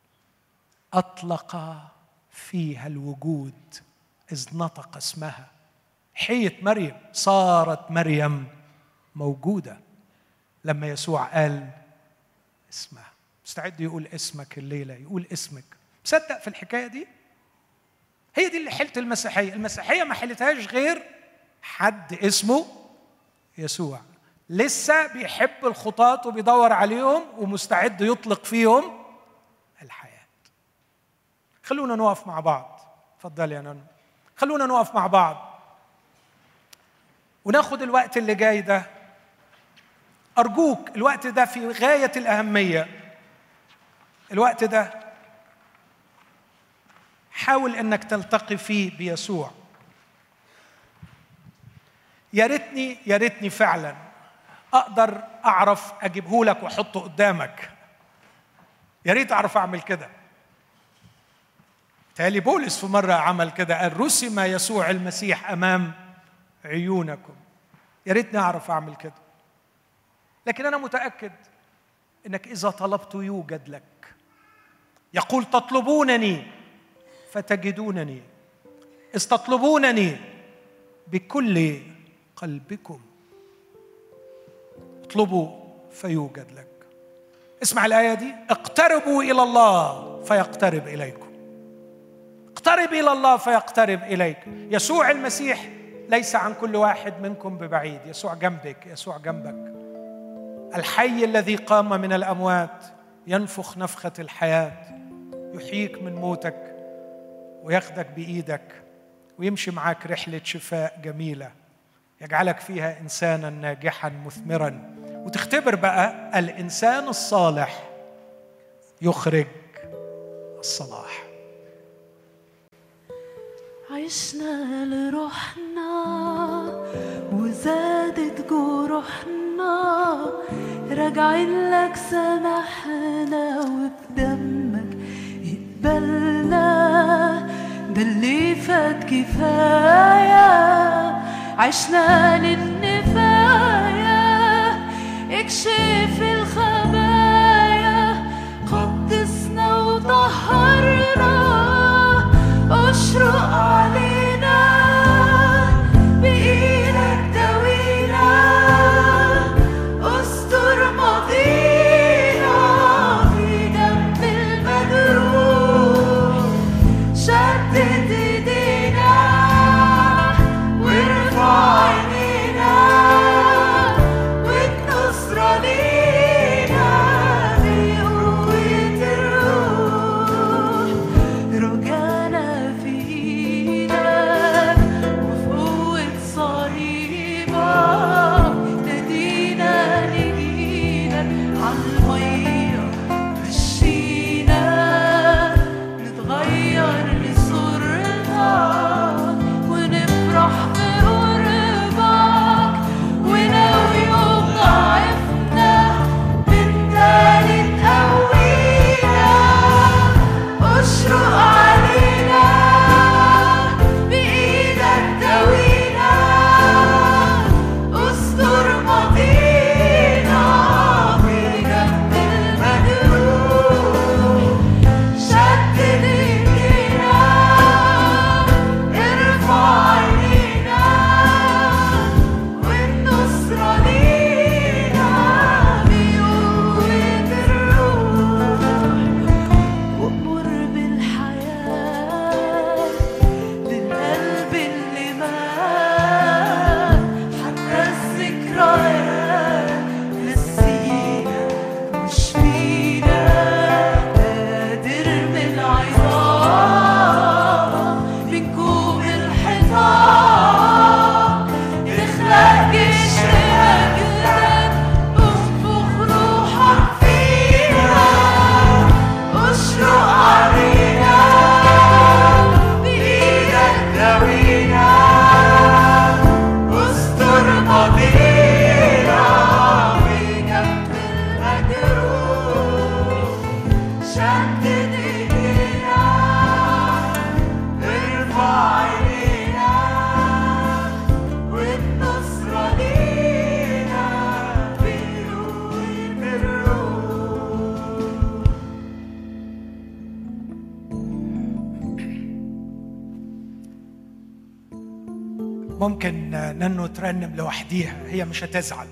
أطلق فيها الوجود إذ نطق اسمها. حية مريم صارت مريم موجودة لما يسوع قال اسمها. مستعد يقول اسمك الليلة، يقول اسمك. مصدق في الحكاية دي؟ هي دي اللي حلت المسيحية. المسيحية ما حلتهاش غير حد اسمه يسوع، لسه بيحب الخطاة وبيدور عليهم ومستعد يطلق فيهم الحياة. خلونا نقف مع بعض. اتفضل يا نانو. خلونا نقف مع بعض وناخد الوقت اللي جاي ده. أرجوك، الوقت ده في غاية الأهمية. الوقت ده حاول أنك تلتقي فيه بيسوع. يا ريتني فعلا أقدر أعرف أجيبه لك وأحطه قدامك. يا ريت أعرف أعمل كده. تالي بولس في مرة عمل كده، قال رسم يسوع المسيح أمام عيونكم. يا ريتني أعرف أعمل كده، لكن أنا متأكد إنك إذا طلبت يوجد لك. يقول تطلبونني فتجدونني، إذ تطلبونني بكل قلبكم. اطلبوا فيوجد لك. اسمع الآية دي، اقتربوا إلى الله فيقترب إليكم. اقترب إلى الله فيقترب إليك. يسوع المسيح ليس عن كل واحد منكم ببعيد. يسوع جنبك، يسوع جنبك. الحي الذي قام من الأموات ينفخ نفخة الحياة، يحييك من موتك وياخدك بإيدك ويمشي معاك رحلة شفاء جميلة يجعلك فيها إنسانا ناجحا مثمرا، وتختبر بقى الإنسان الصالح يخرج الصلاح. عشنا لروحنا وزادت جروحنا، راجعين لك سامحنا وبدمك يقبلنا. ده اللي فات كفاية، عشنا للنفاية. اكشف الخبايا، قدسنا وطهرنا، اشرق علينا بإيدك داوينا، استر ماضينا في دم المجروح، شدد ايدينا وارفع عينينا، والنصرة لينا بقوة الروح. رجعنا فينا المية مشينا نتغير لصورتك ونفرح بقربك ولو يوم ضعفنا من تاني تقوينا اشرق علينا بإيدك داوينا استر ماضينا بجنب المجروح شدد ايدينا ارفع عينينا والنصرة لينا بقوة الروح وامر بالحياة للقلب اللي مات حتى الذكريات نسينا مش فينا قادر من العظام من كوم الحيطان تخلق جيش لأجلك انفخ روحك فينا اشرق علينا بإيدك داوينا استر ماضينا بجنب المجروح شدد ايدينا ارفع عينينا والنصرة لينا بقوة الروح. ممكن ننو ترنم لوحديها، هي مش هتزعل،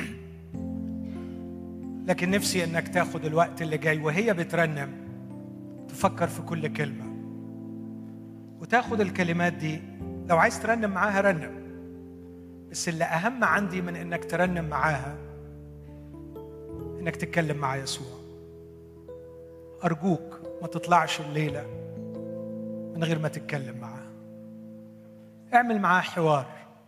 لكن نفسي انك تاخد الوقت اللي جاي وهي بترنم تفكر في كل كلمة وتاخد الكلمات دي. لو عايز ترنم معاها رنم، بس اللي أهم عندي من انك ترنم معاها انك تتكلم مع يسوع. أرجوك ما تطلعش الليلة من غير ما تتكلم معاه. اعمل معاه حوار.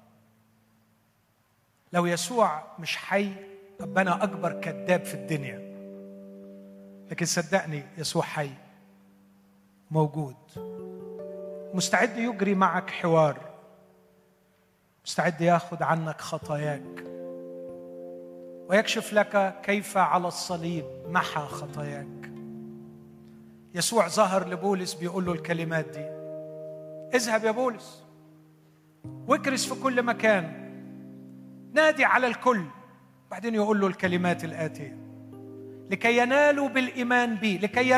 لو يسوع مش حي أبقى أنا أكبر كذاب في الدنيا، لكن صدقني يسوع حي موجود، مستعد يجري معك حوار، مستعد ياخد عنك خطاياك ويكشف لك كيف على الصليب محى خطاياك. يسوع ظهر لبولس بيقول له الكلمات دي: اذهب يا بولس واكرس في كل مكان، نادي على الكل. بعدين يقول له الكلمات الآتية: لكي ينالوا بالإيمان بي، لكي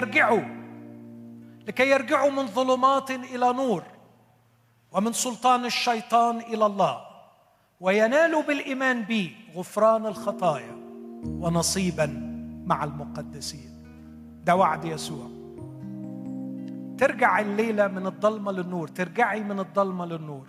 يرجعوا من ظلمات إلى نور ومن سلطان الشيطان إلى الله، وينالوا بالإيمان بي غفران الخطايا ونصيبا مع المقدسين. ده وعد يسوع. ترجع الليلة من الضلمة للنور، ترجعي من الضلمة للنور،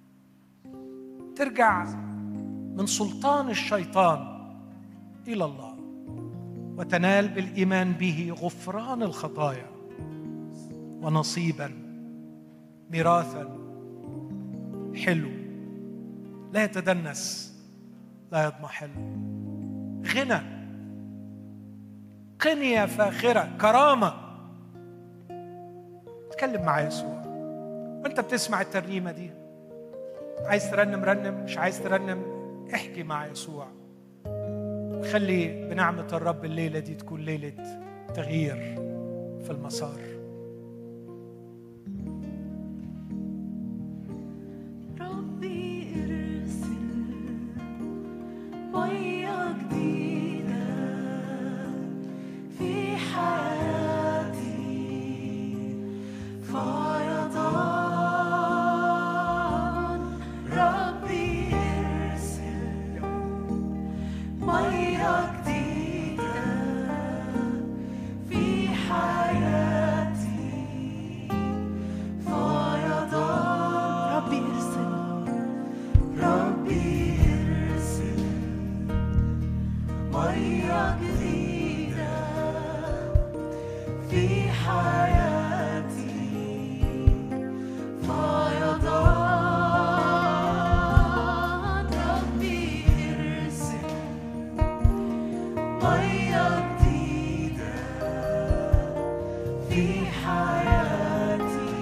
ترجع من سلطان الشيطان إلى الله، وتنال بالإيمان به غفران الخطايا ونصيبا، ميراثا حلو لا يتدنس لا يضمحل، غنى، قنية فاخرة، كرامة. تكلم مع يسوع وانت بتسمع الترنيمة دي. عايز ترنم رنم، مش عايز ترنم احكي مع يسوع. خلي بنعمة الرب الليلة دي تكون ليلة تغيير في المسار. ربي ارسل مية جديدة في حياتي، فيضان. ربي ارسل مية جديدة في حياتي، فيضان. ربي ارسل مية جديدة في حياتي، فيضان. ربي ارسل مية في حياتي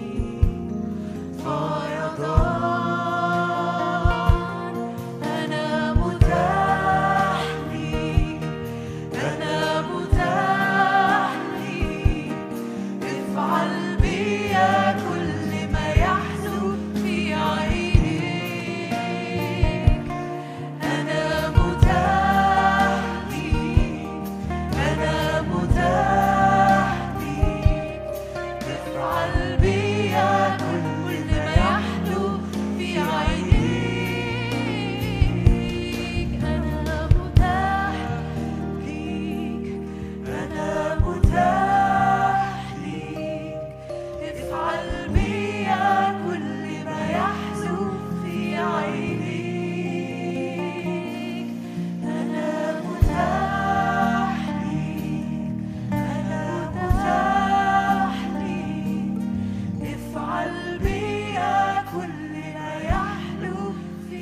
فيضان. أنا متاح ليك، أنا متاح ليك، افعل بيا كل ما يحلو في عينيك. أنا متاح ليك، أنا متاح ليك، افعل بيا كل ما يحلو في عينيك. أنا متاح ليك، أنا متاح ليك، افعل بيا كل ما يحلو في عينيك. أنا متاح ليك، أنا متاح ليك، افعل بيا كل ما يحلو في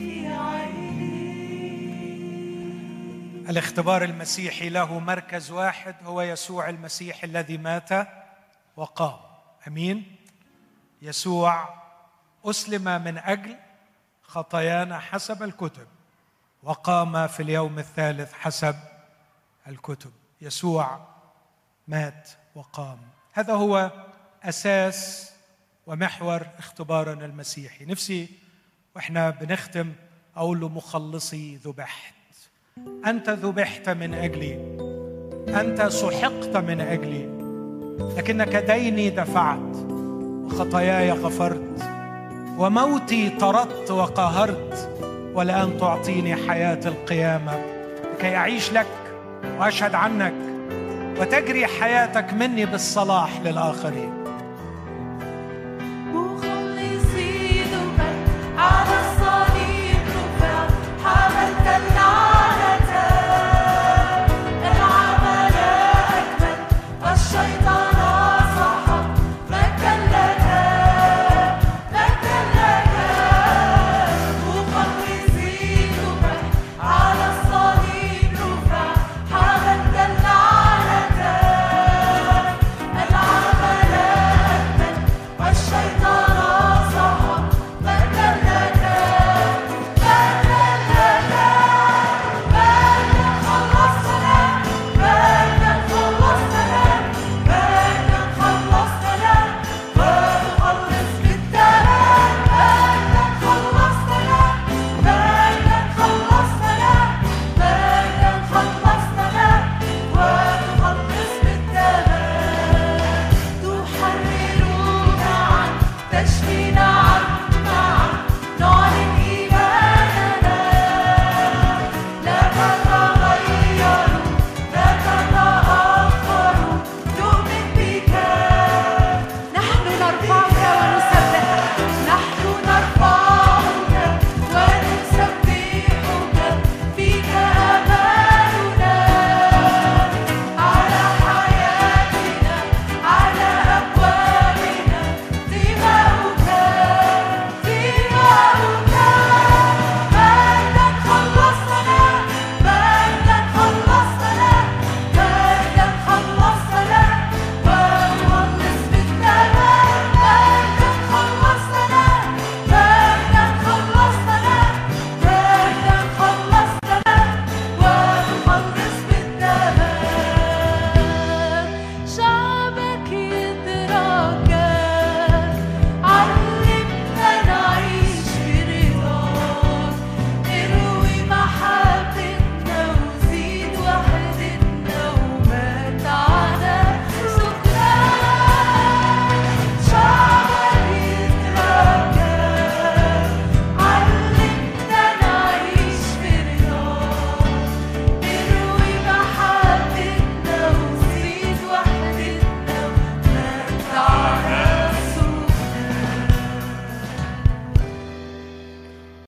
عينيك. الاختبار المسيحي له مركز واحد، هو يسوع المسيح الذي مات وقام. امين. يسوع أسلم من أجل خطايانا حسب الكتب، وقام في اليوم الثالث حسب الكتب. يسوع مات وقام. هذا هو أساس ومحور اختبارنا المسيحي. نفسي وإحنا بنختم أقول له: مخلصي ذبحت، أنت ذبحت من أجلي، أنت سحقت من أجلي، لكنك ديني دفعت، وخطاياي غفرت، وموتي طردت وقهرت، والآن تعطيني حياة القيامة لكي أعيش لك وأشهد عنك، وتجري حياتك مني بالصلاح للآخرين.